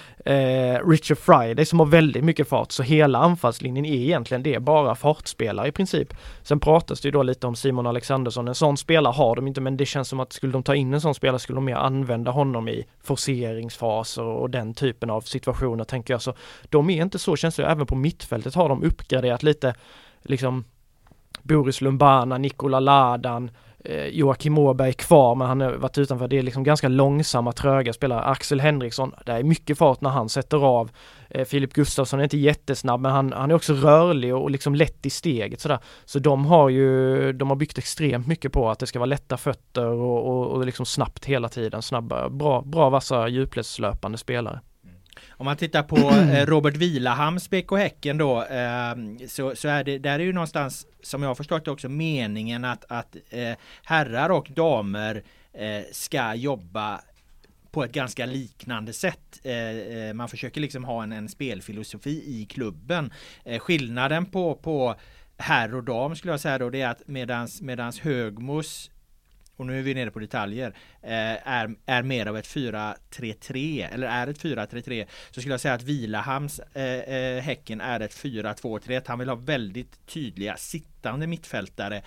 Richard Friday som har väldigt mycket fart, så hela anfallslinjen är egentligen det, bara fartspelare i princip. Sen pratas det ju då lite om Simon Alexandersson, en sån spelare har de inte, men det känns som att skulle de ta in en sån spelare skulle de mer använda honom i forceringsfaser och den typen av situationer, tänker jag. Så de är inte så känsliga, även på mittfältet har de uppgraderat lite, liksom Boris Lumbana, Nikola Ladan, Joakim Åberg kvar, men han har varit utanför. Det är liksom ganska långsamma, tröga spelare. Axel Henriksson, det är mycket fart när han sätter av. Filip Gustafsson är inte jättesnabb, men han är också rörlig och liksom lätt i steget sådär. Så de har byggt extremt mycket på att det ska vara lätta fötter och liksom snabbt hela tiden, snabba, bra vassa djupledslöpande spelare. Om man tittar på Robert Vilahams BK Häcken då, så är det, där är ju någonstans, som jag har förstått också, meningen att herrar och damer ska jobba på ett ganska liknande sätt. Man försöker liksom ha en spelfilosofi i klubben. Skillnaden på herr och dam skulle jag säga då, det är att medans Högmos, och nu är vi nere på detaljer, är mer av ett 4-3-3, eller är ett 4-3-3, så skulle jag säga att Vilahams Häcken är ett 4-2-3. Han vill ha väldigt tydliga sittande mittfältare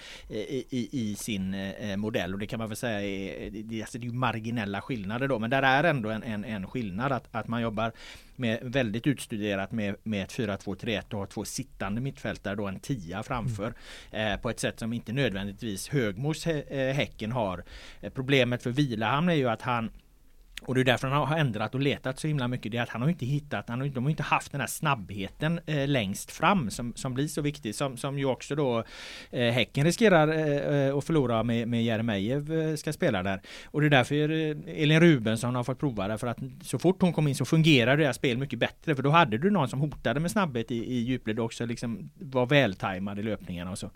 i sin modell, och det kan man väl säga det är ju marginella skillnader då, men där är ändå en skillnad att man jobbar med väldigt utstuderat med ett 4-2-3 och har två sittande mittfältare, då en 10 framför, på ett sätt som inte nödvändigtvis Högmos Häcken har. Problemet för Vilahamn är ju att han, och det är därför han har ändrat och letat så himla mycket, det är att han har inte hittat, de har inte haft den här snabbheten längst fram som blir så viktig, som ju också då Häcken riskerar att förlora med Jeremejeff ska spela där. Och det är därför Elin Rubensson har fått prova det, för att så fort hon kom in så fungerar deras spel mycket bättre, för då hade du någon som hotade med snabbhet i djupled också, liksom var vältajmad i löpningarna och så.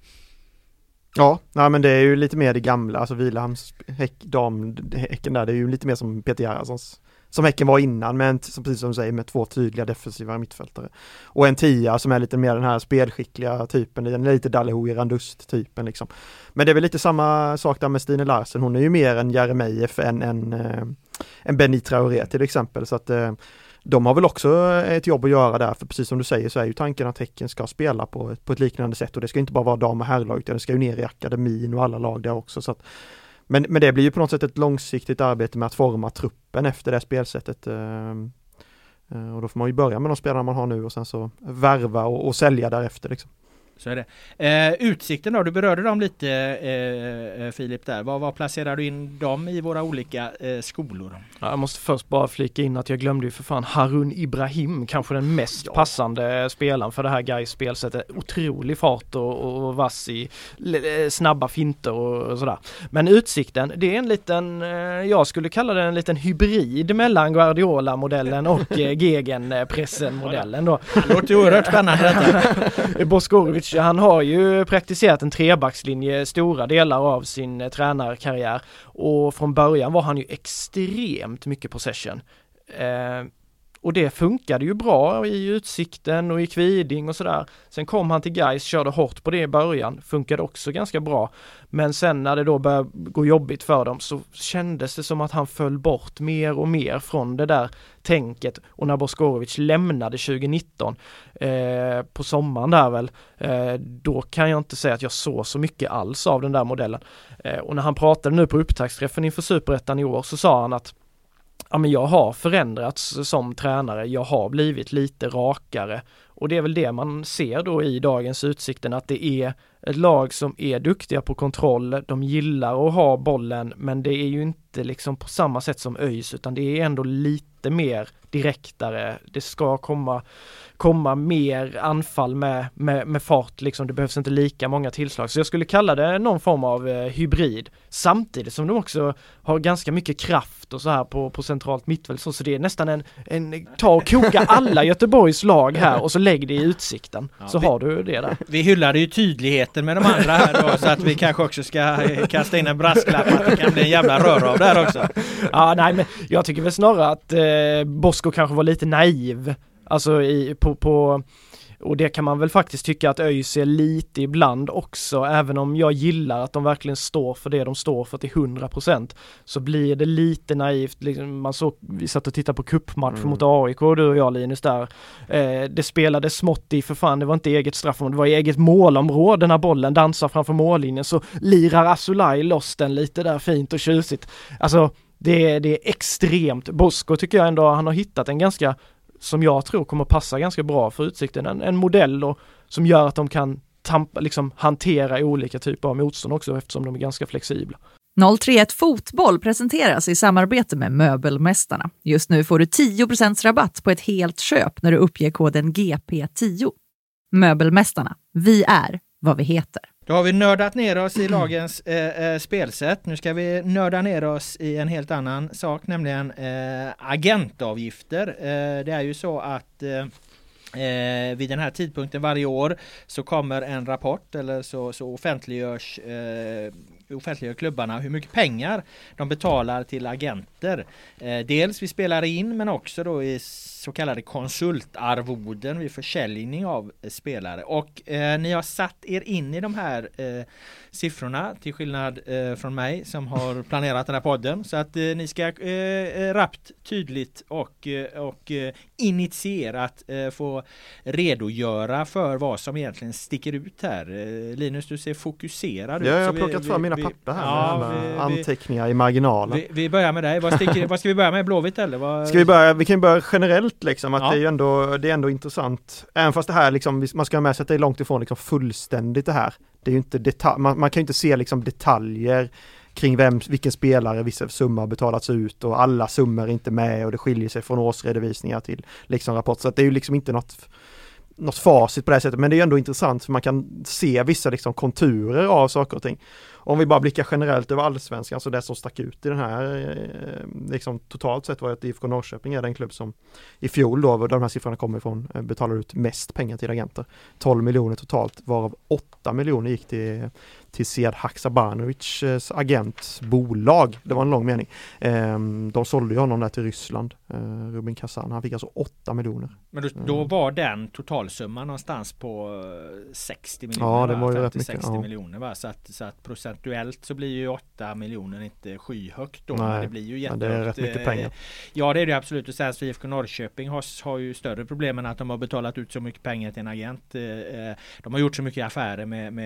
Ja, nej, men det är ju lite mer det gamla, alltså Vilahams Häcken där, det är ju lite mer som Peter Gerhardssons som Häcken var innan, men precis som du säger, med 2 tydliga defensiva mittfältare. Och en 10 som är lite mer den här spelskickliga typen, den är lite Dalleho i Randust-typen liksom. Men det är väl lite samma sak där med Stine Larsen. Hon är ju mer en Jeremejeff än en Benny Traoré till exempel, så att de har väl också ett jobb att göra där, för precis som du säger så är ju tanken att Häcken ska spela på ett liknande sätt, och det ska inte bara vara dam- och herrlag, utan det ska ju ner i akademin och alla lag där också, så att men det blir ju på något sätt ett långsiktigt arbete med att forma truppen efter det spelsättet. Och då får man ju börja med de spelarna man har nu och sen så värva och sälja därefter liksom. Så är det. Utsikten då, du berörde dem lite Filip där. Vad placerar du in dem i våra olika skolor? Ja, jag måste först bara flika in att jag glömde ju för fan Harun Ibrahim, kanske den mest passande spelaren för det här Gais spelsättet. Otrolig fart och vass i snabba finter och sådär. Men Utsikten, det är en liten, jag skulle kalla det en liten hybrid mellan Guardiola-modellen och Gegenpressen-modellen då. Det låter oerhört spännande detta. Boskorovic, han har ju praktiserat en trebackslinje stora delar av sin tränarkarriär, och från början var han ju extremt mycket possession. Och det funkade ju bra i Utsikten och i Kviding och sådär. Sen kom han till Gais, körde hårt på det i början, funkade också ganska bra. Men sen när det då började gå jobbigt för dem så kändes det som att han föll bort mer och mer från det där tänket. Och när Boskorovic lämnade 2019 på sommaren där väl, då kan jag inte säga att jag såg så mycket alls av den där modellen. Och när han pratade nu på upptaktsträffen inför Superettan i år så sa han att ja, men jag har förändrats som tränare, jag har blivit lite rakare, och det är väl det man ser då i dagens Utsikten, att det är ett lag som är duktiga på kontroll, de gillar att ha bollen, men det är ju inte liksom på samma sätt som ÖIS, utan det är ändå lite mer direktare, det ska komma mer anfall med fart liksom, det behövs inte lika många tillslag, så jag skulle kalla det någon form av hybrid, samtidigt som de också har ganska mycket kraft och så här på centralt mittfält, så det är nästan en ta och koka alla Göteborgs lag här och så lägg det i Utsikten, så har du det där. Vi hyllade ju tydligheten med de andra här då, så att vi kanske också ska kasta in en brasklapp att det kan bli en jävla rör av där också. Ja, nej, men jag tycker väl snarare att Bosko kanske var lite naiv, alltså och det kan man väl faktiskt tycka att ÖIS är lite ibland också, även om jag gillar att de verkligen står för det de står för till 100%, så blir det lite naivt. Liksom, vi satt och tittade på cupmatch mot AIK, du och jag Linus där. Det spelades smått i, för fan, det var inte eget straffområde, det var i eget målområde när bollen dansar framför mållinjen, så lirar Asulaj loss den lite där fint och tjusigt. Alltså, det är extremt. Bosko tycker jag ändå han har hittat en ganska, som jag tror kommer passa ganska bra för Utsikten. En modell då, som gör att de kan hantera olika typer av motstånd också, eftersom de är ganska flexibla. 031 Fotboll presenteras i samarbete med Möbelmästarna. Just nu får du 10% rabatt på ett helt köp när du uppger koden GP10. Möbelmästarna, vi är vad vi heter. Då har vi nördat ner oss i lagens spelsätt. Nu ska vi nörda ner oss i en helt annan sak, nämligen agentavgifter. Det är ju så att vid den här tidpunkten varje år så kommer en rapport, eller så offentliggör klubbarna hur mycket pengar de betalar till agenter. Dels vid spelare in, men också då i så kallade konsultarvoden vid försäljning av spelare. Och ni har satt er in i de här siffrorna, till skillnad från mig som har planerat den här podden. Så att ni ska rappt, tydligt och initierat få redogöra för vad som egentligen sticker ut här. Linus, du ser fokuserad ut. Ja, jag har plockat fram mina papper här med anteckningar i marginalen. Vi börjar med dig. Vad ska vi börja med? Blåvitt eller? Vi kan börja generellt liksom, att det är ändå intressant. Även fast det här liksom, man ska ha med sig att det är långt ifrån liksom fullständigt det här. Det är ju inte man kan ju inte se liksom detaljer kring vilken spelare vissa summor har betalats ut, och alla summor är inte med, och det skiljer sig från årsredovisningar till liksom rapport. Så att det är ju liksom inte något facit på det här sättet, men det är ju ändå intressant för man kan se vissa liksom konturer av saker och ting. Om vi bara blickar generellt över allsvenskan, så det som stack ut i den här liksom totalt sett var att IFK Norrköping är den klubb som i fjol då, där de här siffrorna kommer ifrån, betalar ut mest pengar till agenter. 12 miljoner totalt, varav 8 miljoner gick till Sead Haksabanovics agentbolag. Det var en lång mening. De sålde ju honom där till Ryssland, Rubin Kazan. Han fick alltså 8 miljoner. Men då var den totalsumman någonstans på 60 miljoner. Ja, det var ju rätt mycket. 60 miljoner, va? Så att procentuellt så blir ju 8 miljoner inte skyhögt då. Nej, men det blir ju jättehögt. det är rätt mycket pengar. Ja, det är det absolut. Och sen så IFK Norrköping har ju större problem än att de har betalat ut så mycket pengar till en agent. De har gjort så mycket affärer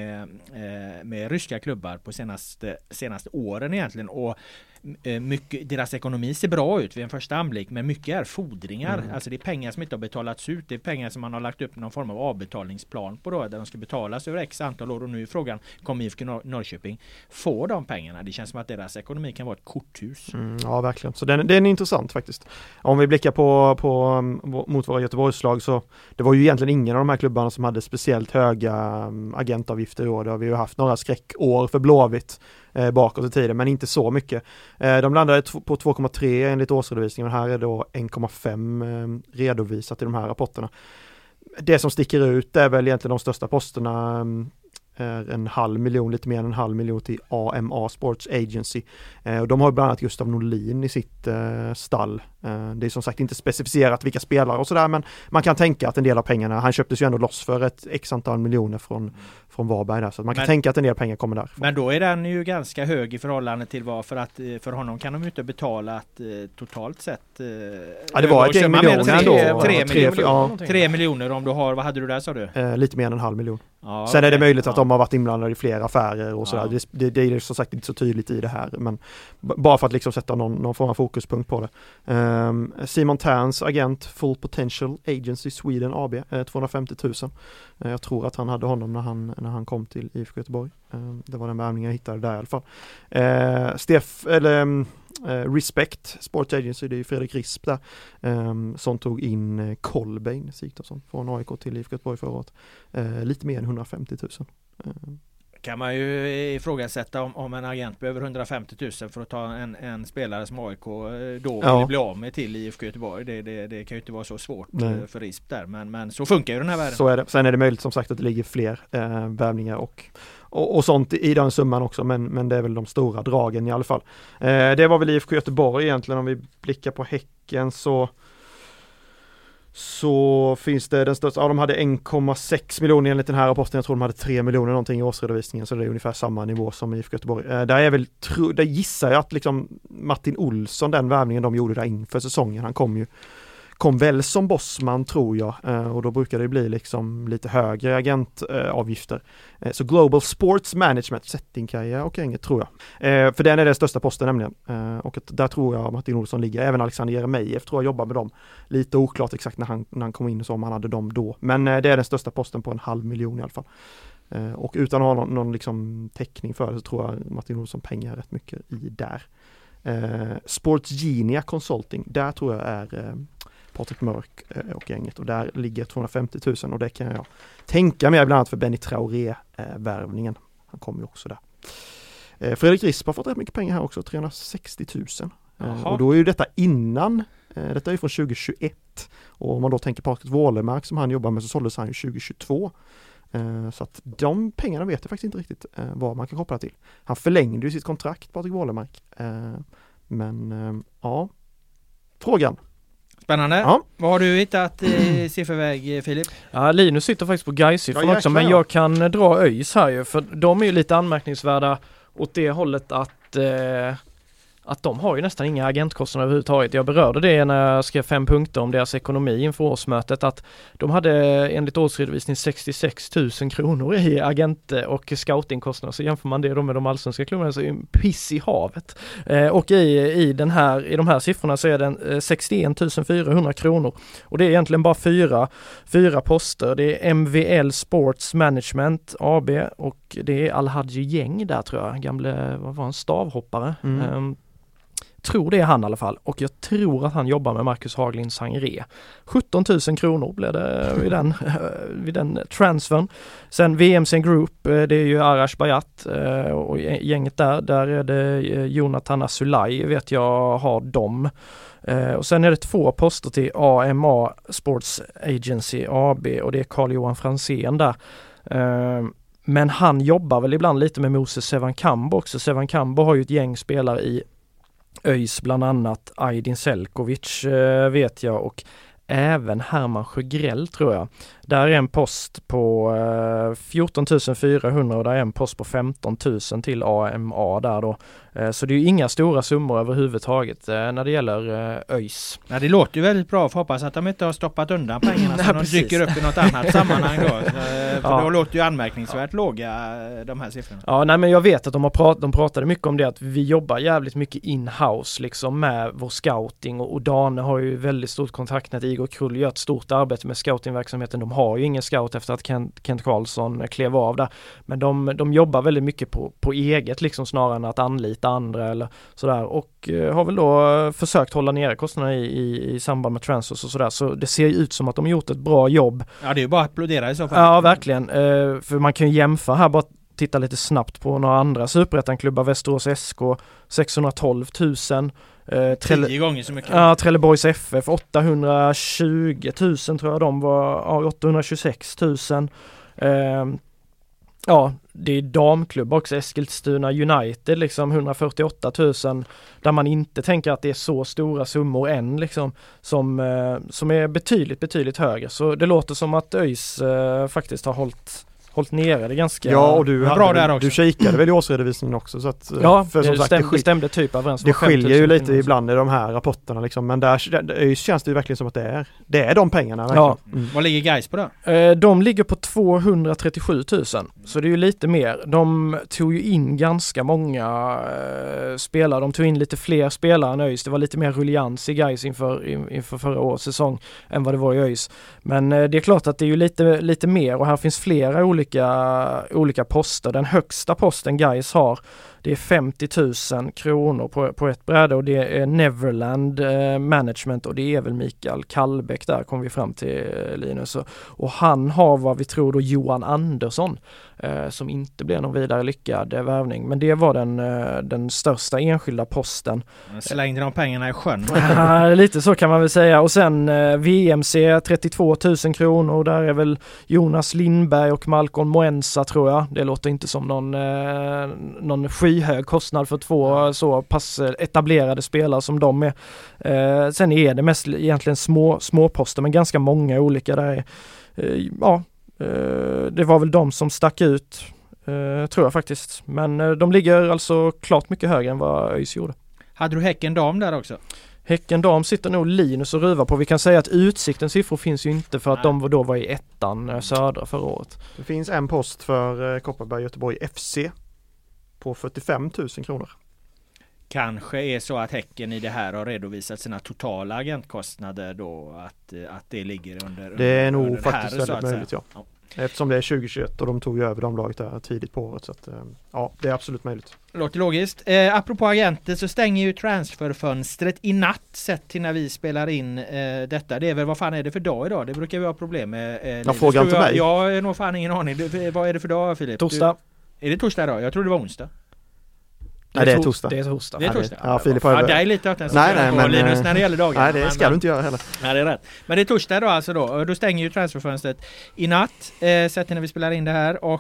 med ryska klubbar på senaste åren egentligen, och mycket, deras ekonomi ser bra ut vid en första anblick, men mycket är fordringar. Alltså det är pengar som inte har betalats ut, det är pengar som man har lagt upp någon form av avbetalningsplan på då, där de ska betalas över x antal år, och nu är frågan, kommer IFK Norrköping få de pengarna? Det känns som att deras ekonomi kan vara ett korthus. Ja, verkligen. Så den är intressant faktiskt. Om vi blickar mot våra Göteborgslag, så det var ju egentligen ingen av de här klubbarna som hade speciellt höga agentavgifter i år. Det har vi ju haft några skräckår för Blåvitt bakåt i tiden, men inte så mycket. De landade på 2,3 enligt årsredovisningen, men här är då 1,5 redovisat i de här rapporterna. Det som sticker ut är väl egentligen de största posterna, är 0,5 miljon, lite mer än 0,5 miljon till AMA Sports Agency. Och de har bland annat Gustav Norlin i sitt stall. Det är som sagt inte specificerat vilka spelare och sådär, men man kan tänka att en del av pengarna, han köptes ju ändå loss för ett x antal miljoner från Varberg där, så man kan tänka att en del pengar kommer där. Men då är den ju ganska hög i förhållande till vad, för honom kan de ju inte betala totalt sett. Ja, det var ett gäng miljoner. 3 miljoner om du har, vad hade du där sa du? Lite mer än 0,5 miljon. Ja, sen är det möjligt att de har varit inblandade i flera affärer och sådär. Det är som sagt inte så tydligt i det här, men bara för att liksom sätta någon form av fokuspunkt på det. Simon Terns agent Full Potential Agency Sweden AB, 250 000. Jag tror att han hade honom när han kom till IFK Göteborg. Det var den värvningen jag hittade där i alla fall. Respect Sports Agency, det är Fredrik Risp där, som tog in Kolbein Sigthorsson från AIK till IFK Göteborg förra året. Lite mer än 150 000. Kan man ju ifrågasätta om en agent behöver 150 000 för att ta en spelare som AIK då vill bli av med till IFK Göteborg. Det kan ju inte vara så svårt för Risp där, men så funkar ju den här världen. Så är det. Sen är det möjligt som sagt att det ligger fler värvningar och sånt i den summan också, men det är väl de stora dragen i alla fall. Det var väl IFK Göteborg egentligen. Om vi blickar på Häcken så finns det den största, de hade 1,6 miljoner enligt den här rapporten. Jag tror de hade 3 miljoner någonting i årsredovisningen, så det är ungefär samma nivå som IFK Göteborg. Där gissar jag att liksom Martin Olsson, den värvningen de gjorde där inför säsongen, han kom väl som bossman tror jag, och då brukar det bli liksom lite högre agentavgifter. Så Global Sports Management, Settingkaja och inget tror jag. För den är den största posten nämligen. Och där tror jag Martin Olsson ligger. Även Alexander Jeremejeff tror jag jobbar med dem. Lite oklart exakt när han kom in och så om han hade dem då. Men det är den största posten på 0,5 miljon i alla fall. Och utan att ha någon liksom täckning för det, så tror jag Martin Olsson pengar rätt mycket i där. Sports Genia Consulting, där tror jag är Patrik Mörk och gänget, och där ligger 250 000, och det kan jag tänka mig bland annat för Benny Traoré-värvningen. Han kommer ju också där. Fredrik Risp har fått rätt mycket pengar här också, 360 000. Och då är ju detta innan, detta är ju från 2021, och om man då tänker på Patrik Wålemark som han jobbar med, så såldes han ju 2022. Så att de pengarna vet jag faktiskt inte riktigt vad man kan koppla till. Han förlängde ju sitt kontrakt, Patrik Wålemark. Men frågan. Spännande. Ja. Vad har du hittat i sifferväg, Filip? Ja, Linus sitter faktiskt på Gais-siffror också, men jag kan dra ÖIS här ju, för de är ju lite anmärkningsvärda åt det hållet att de har ju nästan inga agentkostnader överhuvudtaget. Jag berörde det när jag skrev 5 punkter om deras ekonomi inför årsmötet, att de hade enligt årsredovisning 66 000 kronor i agent- och scoutingkostnader. Så jämför man det då med de allsvenska klubbarna, så är det en piss i havet. Och i de här siffrorna så är det 61 400 kronor. Och det är egentligen bara fyra poster. Det är MVL Sports Management AB och det är Al-Hadji Gäng där tror jag. Gamle, vad var en stavhoppare? tror det är han i alla fall, och jag tror att han jobbar med Marcus Haglind Sangré. 17 000 kronor blev det vid den transfern. Sen VMC Group, det är ju Arash Bayat och gänget där är det Jonathan Asulaj, vet jag har dem. Och sen är det 2 poster till AMA Sports Agency AB och det är Carl-Johan Fransén där. Men han jobbar väl ibland lite med Moses Sevankambo också. Sevankambo har ju ett gäng spelare i ÖIS, bland annat Aydin Selkovic vet jag, och även Herman Sjögrell tror jag. Där är en post på 14 400 och där är en post på 15 000 till AMA där då. Så det är ju inga stora summor överhuvudtaget när det gäller ÖIS. Ja, det låter ju väldigt bra, för hoppas att de inte har stoppat undan pengarna så de dyker upp i något annat sammanhang då. För då låter ju anmärkningsvärt låga de här siffrorna. Ja, nej, men jag vet att de pratade mycket om det, att vi jobbar jävligt mycket in-house liksom med vår scouting och Dane har ju väldigt stort kontaktnät. Igor Krull gör ett stort arbete med scoutingverksamheten. De har ju ingen scout efter att Kent Karlsson klev av där. Men de jobbar väldigt mycket på eget liksom, snarare än att anlita andra eller sådär, och har väl då försökt hålla nere kostnaderna i samband med transfers och sådär, så det ser ju ut som att de har gjort ett bra jobb. Ja, det är ju bara att applådera i så fall. Ja, verkligen. För man kan ju jämföra här, bara titta lite snabbt på några andra superettanklubbar. Västerås SK 612 000. 10 gånger så mycket. Ja, Trelleborgs FF 820 000 tror jag de var, 826 000. Ja, det är damklubb också, Eskilstuna United liksom 148 000, där man inte tänker att det är så stora summor än liksom, som är betydligt högre. Så det låter som att ÖIS faktiskt har hållit nere det ganska. Ja, och du kikade väl i årsredovisningen också, så att för som sagt, det stämde typ överens. Det skiljer ju lite ibland i de här rapporterna liksom, men där känns det ju verkligen som att det är de pengarna verkligen. Ja. Vad ligger Gais på då? De ligger på 237 000, så det är ju lite mer. De tog ju in ganska många spelare. De tog in lite fler spelare än ÖIS. Det var lite mer ruljans i Gais inför förra årets säsong än vad det var i ÖIS. Men det är klart att det är ju lite mer, och här finns flera olika poster. Den högsta posten Gais har, det är 50 000 kronor på ett bräde, och det är Neverland Management, och det är väl Mikael Kallbäck där kom vi fram till, Linus. Och han har vad vi tror då Johan Andersson som inte blev någon vidare lyckad värvning, men det var den största enskilda posten. Slängde de pengarna i sjön? Lite så kan man väl säga. Och sen VMC 32 000 kronor, där är väl Jonas Lindberg och Malcolm Moensa tror jag. Det låter inte som någon skyhög kostnad för 2 så pass etablerade spelare som de är. Sen är det mest egentligen små poster, men ganska många olika där. Det var väl de som stack ut, tror jag faktiskt. Men de ligger alltså klart mycket högre än vad ÖIS gjorde. Hade du Häcken dam där också? Häcken dam sitter nog Linus och ruvar på. Vi kan säga att Utsiktens siffror finns ju inte, för att de då var i ettan södra förra året. Det finns en post för Kopparberg Göteborg FC på 45 000 kronor. Kanske är så att Häcken i det här har redovisat sina totala agentkostnader då, att det ligger under. Det är nog faktiskt väldigt möjligt, ja. Eftersom det är 2021 och de tog ju över de laget där tidigt på året, så att ja, det är absolut möjligt. Låter logiskt. Apropå agenter så stänger ju transferfönstret i natt, sett till när vi spelar in detta. Det är väl, vad fan är det för dag idag? Det brukar vi ha problem med. Jag frågar inte mig. Jag har nog fan ingen aning. Vad är det för dag, Filip? Torsdag. Är det torsdag idag? Jag tror det var onsdag. Nej, det är torsdag. Det är torsdag. Det är torsdag. Ja, Filip har det är lite att men Linus när det gäller dagen. Nej, det ska du inte göra heller. Nej, det är rätt. Men det är torsdag då alltså då. Då stänger ju transferfönstret i natt, sett när vi spelar in det här, och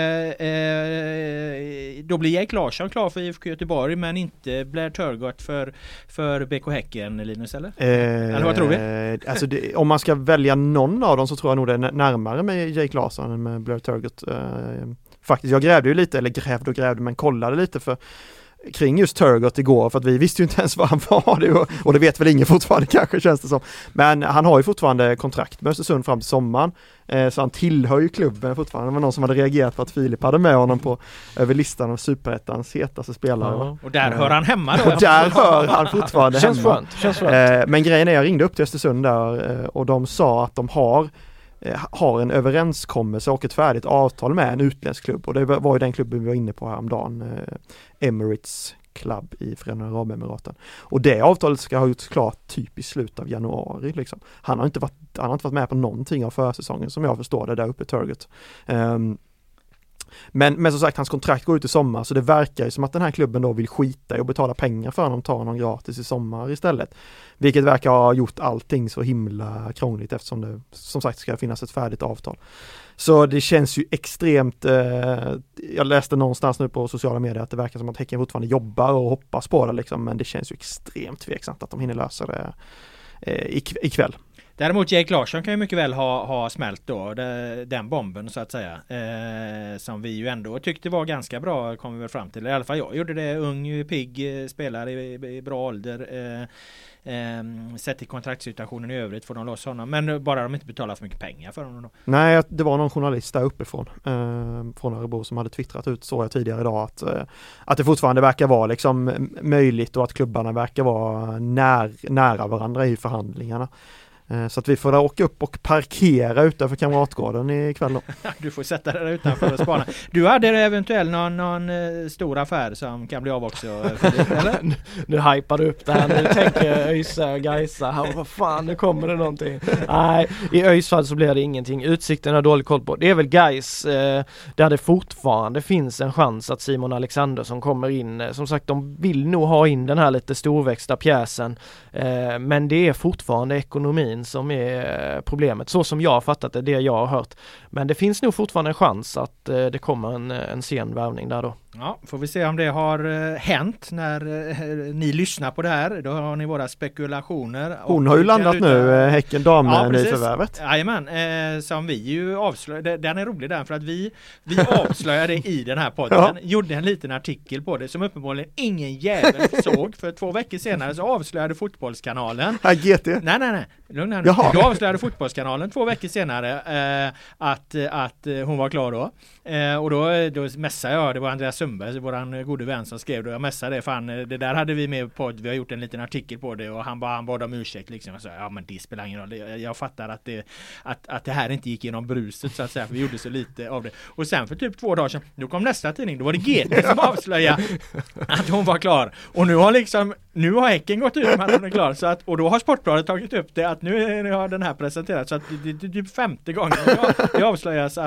då blir Jake Larsson klar för IFK Göteborg, men inte Blair Turgott för BK Häcken, Linus, eller? Eller vad tror vi? Alltså om man ska välja någon av dem så tror jag nog det är närmare med Jake Larsson än med Blair Turgott. Faktiskt, jag grävde ju lite, eller grävde, men kollade lite kring just Turgott igår, för att vi visste ju inte ens vad han var, och det vet väl ingen fortfarande kanske, känns det som. Men han har ju fortfarande kontrakt med Östersund fram till sommaren, så han tillhör ju klubben fortfarande. Det var någon som hade reagerat på att Filip hade med honom över listan av Superettans hetaste spelare. Ja. Och där hör han hemma då. Och där hör han fortfarande hemma. Känns skönt. Men grejen är, jag ringde upp till Östersund där, och de sa att de har en överenskommelse och ett färdigt avtal med en utländsk klubb, och det var ju den klubben vi var inne på häromdagen, Emirates Club i Förenade Arabemiraten. Och det avtalet ska ha gjorts klart typ i slutet av januari. Liksom. Han har inte varit med på någonting av försäsongen som jag förstår det där uppe i Turgott. Men som sagt, hans kontrakt går ut i sommar, så det verkar ju som att den här klubben då vill skita i och betala pengar för honom, ta honom gratis i sommar istället. Vilket verkar ha gjort allting så himla krångligt eftersom det som sagt ska finnas ett färdigt avtal. Så det känns ju extremt, jag läste någonstans nu på sociala medier att det verkar som att Häcken fortfarande jobbar och hoppas på det liksom, men det känns ju extremt tveksamt att de hinner lösa det ikväll. Däremot Jake Larsson kan ju mycket väl ha smält då, den bomben så att säga, som vi ju ändå tyckte var ganska bra, kom vi väl fram till. I alla fall jag gjorde det, ung, pigg, spelare i bra ålder, sett i kontraktssituationen i övrigt får de loss honom, men bara de inte betalar för mycket pengar för honom då. Nej, det var någon journalist där uppifrån från Örebro som hade twittrat ut, så jag tidigare idag, att det fortfarande verkar vara liksom möjligt och att klubbarna verkar vara nära varandra i förhandlingarna. Så att vi får åka upp och parkera utanför Kamratgården ikväll då. Du får sätta dig där utanför och spana. Du hade eventuellt någon stor affär som kan bli av också, eller? Nu hypar du upp det här. Nu tänker Öjsa och Gaisa. Vad fan, nu kommer det någonting. Nej, i Öjs fall så blir det ingenting. Utsikten har dålig koll på. Det är väl Gais där det fortfarande finns en chans att Simon Alexandersson kommer in. Som sagt, de vill nog ha in den här lite storväxta pjäsen. Men det är fortfarande ekonomin som är problemet, så som jag har fattat det jag har hört. Men det finns nog fortfarande en chans att det kommer en sen värvning där då. Ja, får vi se om det har hänt när ni lyssnar på det här. Då har ni våra spekulationer. Hon har ju landat nu, Häcken nyförvärvet. Jajamän, som vi ju avslöjade. Den är rolig där för att vi avslöjade i den här podden. Gjorde en liten artikel på det som uppenbarligen ingen jävel såg. För 2 veckor senare så avslöjade Fotbollskanalen. GT? Nej. Lugna nu. Då avslöjade Fotbollskanalen 2 veckor senare att hon var klar då. Och då messade jag, det var Andreas Sundberg, våran gode vän som skrev då, jag messade det, fan det där hade vi med på, vi har gjort en liten artikel på det och han bad om ursäkt liksom. Jag sa, ja men det spelar ingen roll, jag fattar att det här inte gick genom bruset så att säga, för vi gjorde så lite av det. Och sen för typ 2 dagar sedan, då kom nästa tidning, då var det GT som avslöjade att hon var klar. Och nu har Häcken gått ut med att hon är klar, så att, och då har Sportbladet tagit upp det, att nu har den här presenterats, så att det är typ 5:e gången det avslöjas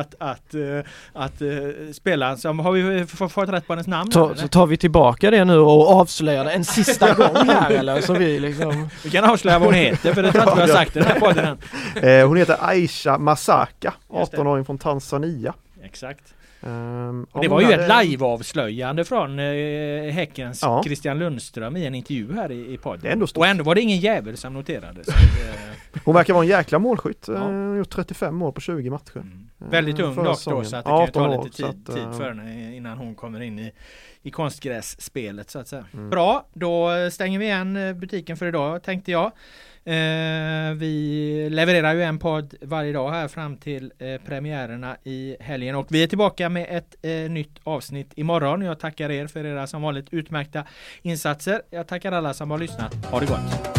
att spelaren som har vi fått rätt på hennes namn. Så tar vi tillbaka det nu och avslöjar det en sista gång här, eller så vi liksom... Vi kan avslöja vad hon heter, för det tror jag inte vi har sagt i den här podden än. Hon heter Aisha Masaka, 18-åring från Tanzania. Exakt. Det var ju ett live-avslöjande från Häckens Christian Lundström i en intervju här i podden. Och ändå var det ingen jävel som noterade. Hon verkar vara en jäkla målskytt. Hon har gjort 35 mål på 20 matcher. Väldigt ung dock då, så att det kan ju ta lite tid för henne innan hon kommer in i konstgrässpelet så att säga. Bra, då stänger vi igen butiken för idag, tänkte jag. Vi levererar ju en podd varje dag här fram till premiärerna i helgen, och vi är tillbaka med ett nytt avsnitt imorgon. Jag tackar er för era som vanligt utmärkta insatser. Jag tackar alla som har lyssnat. Ha det gott!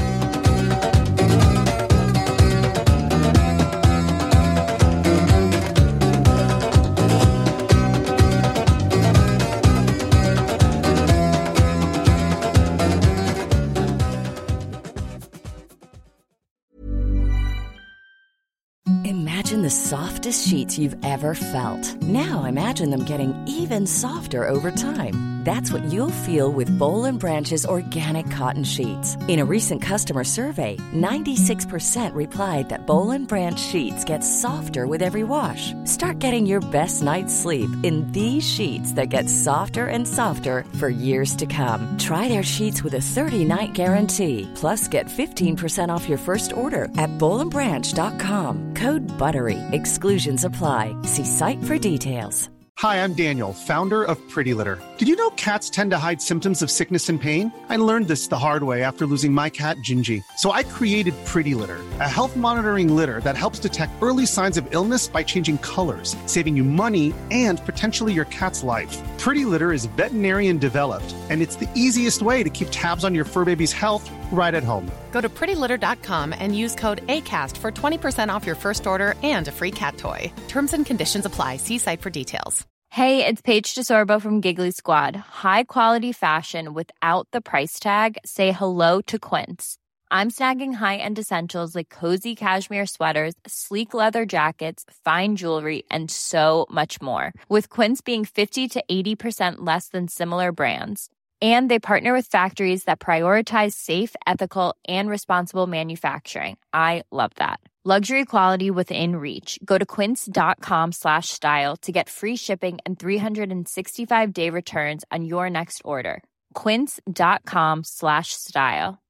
Imagine the softest sheets you've ever felt. Now imagine them getting even softer over time. That's what you'll feel with Boll & Branch's organic cotton sheets. In a recent customer survey, 96% replied that Boll & Branch sheets get softer with every wash. Start getting your best night's sleep in these sheets that get softer and softer for years to come. Try their sheets with a 30-night guarantee. Plus, get 15% off your first order at bollandbranch.com. Code BUTTERY. Exclusions apply. See site for details. Hi, I'm Daniel, founder of Pretty Litter. Did you know cats tend to hide symptoms of sickness and pain? I learned this the hard way after losing my cat, Gingy. So I created Pretty Litter, a health monitoring litter that helps detect early signs of illness by changing colors, saving you money and potentially your cat's life. Pretty Litter is veterinarian developed, and it's the easiest way to keep tabs on your fur baby's health right at home. Go to prettylitter.com and use code ACAST for 20% off your first order and a free cat toy. Terms and conditions apply. See site for details. Hey, it's Paige DeSorbo from Giggly Squad. High quality fashion without the price tag. Say hello to Quince. I'm snagging high-end essentials like cozy cashmere sweaters, sleek leather jackets, fine jewelry, and so much more. With Quince being 50 to 80% less than similar brands. And they partner with factories that prioritize safe, ethical, and responsible manufacturing. I love that. Luxury quality within reach. Go to quince.com/style to get free shipping and 365-day returns on your next order. Quince.com/style.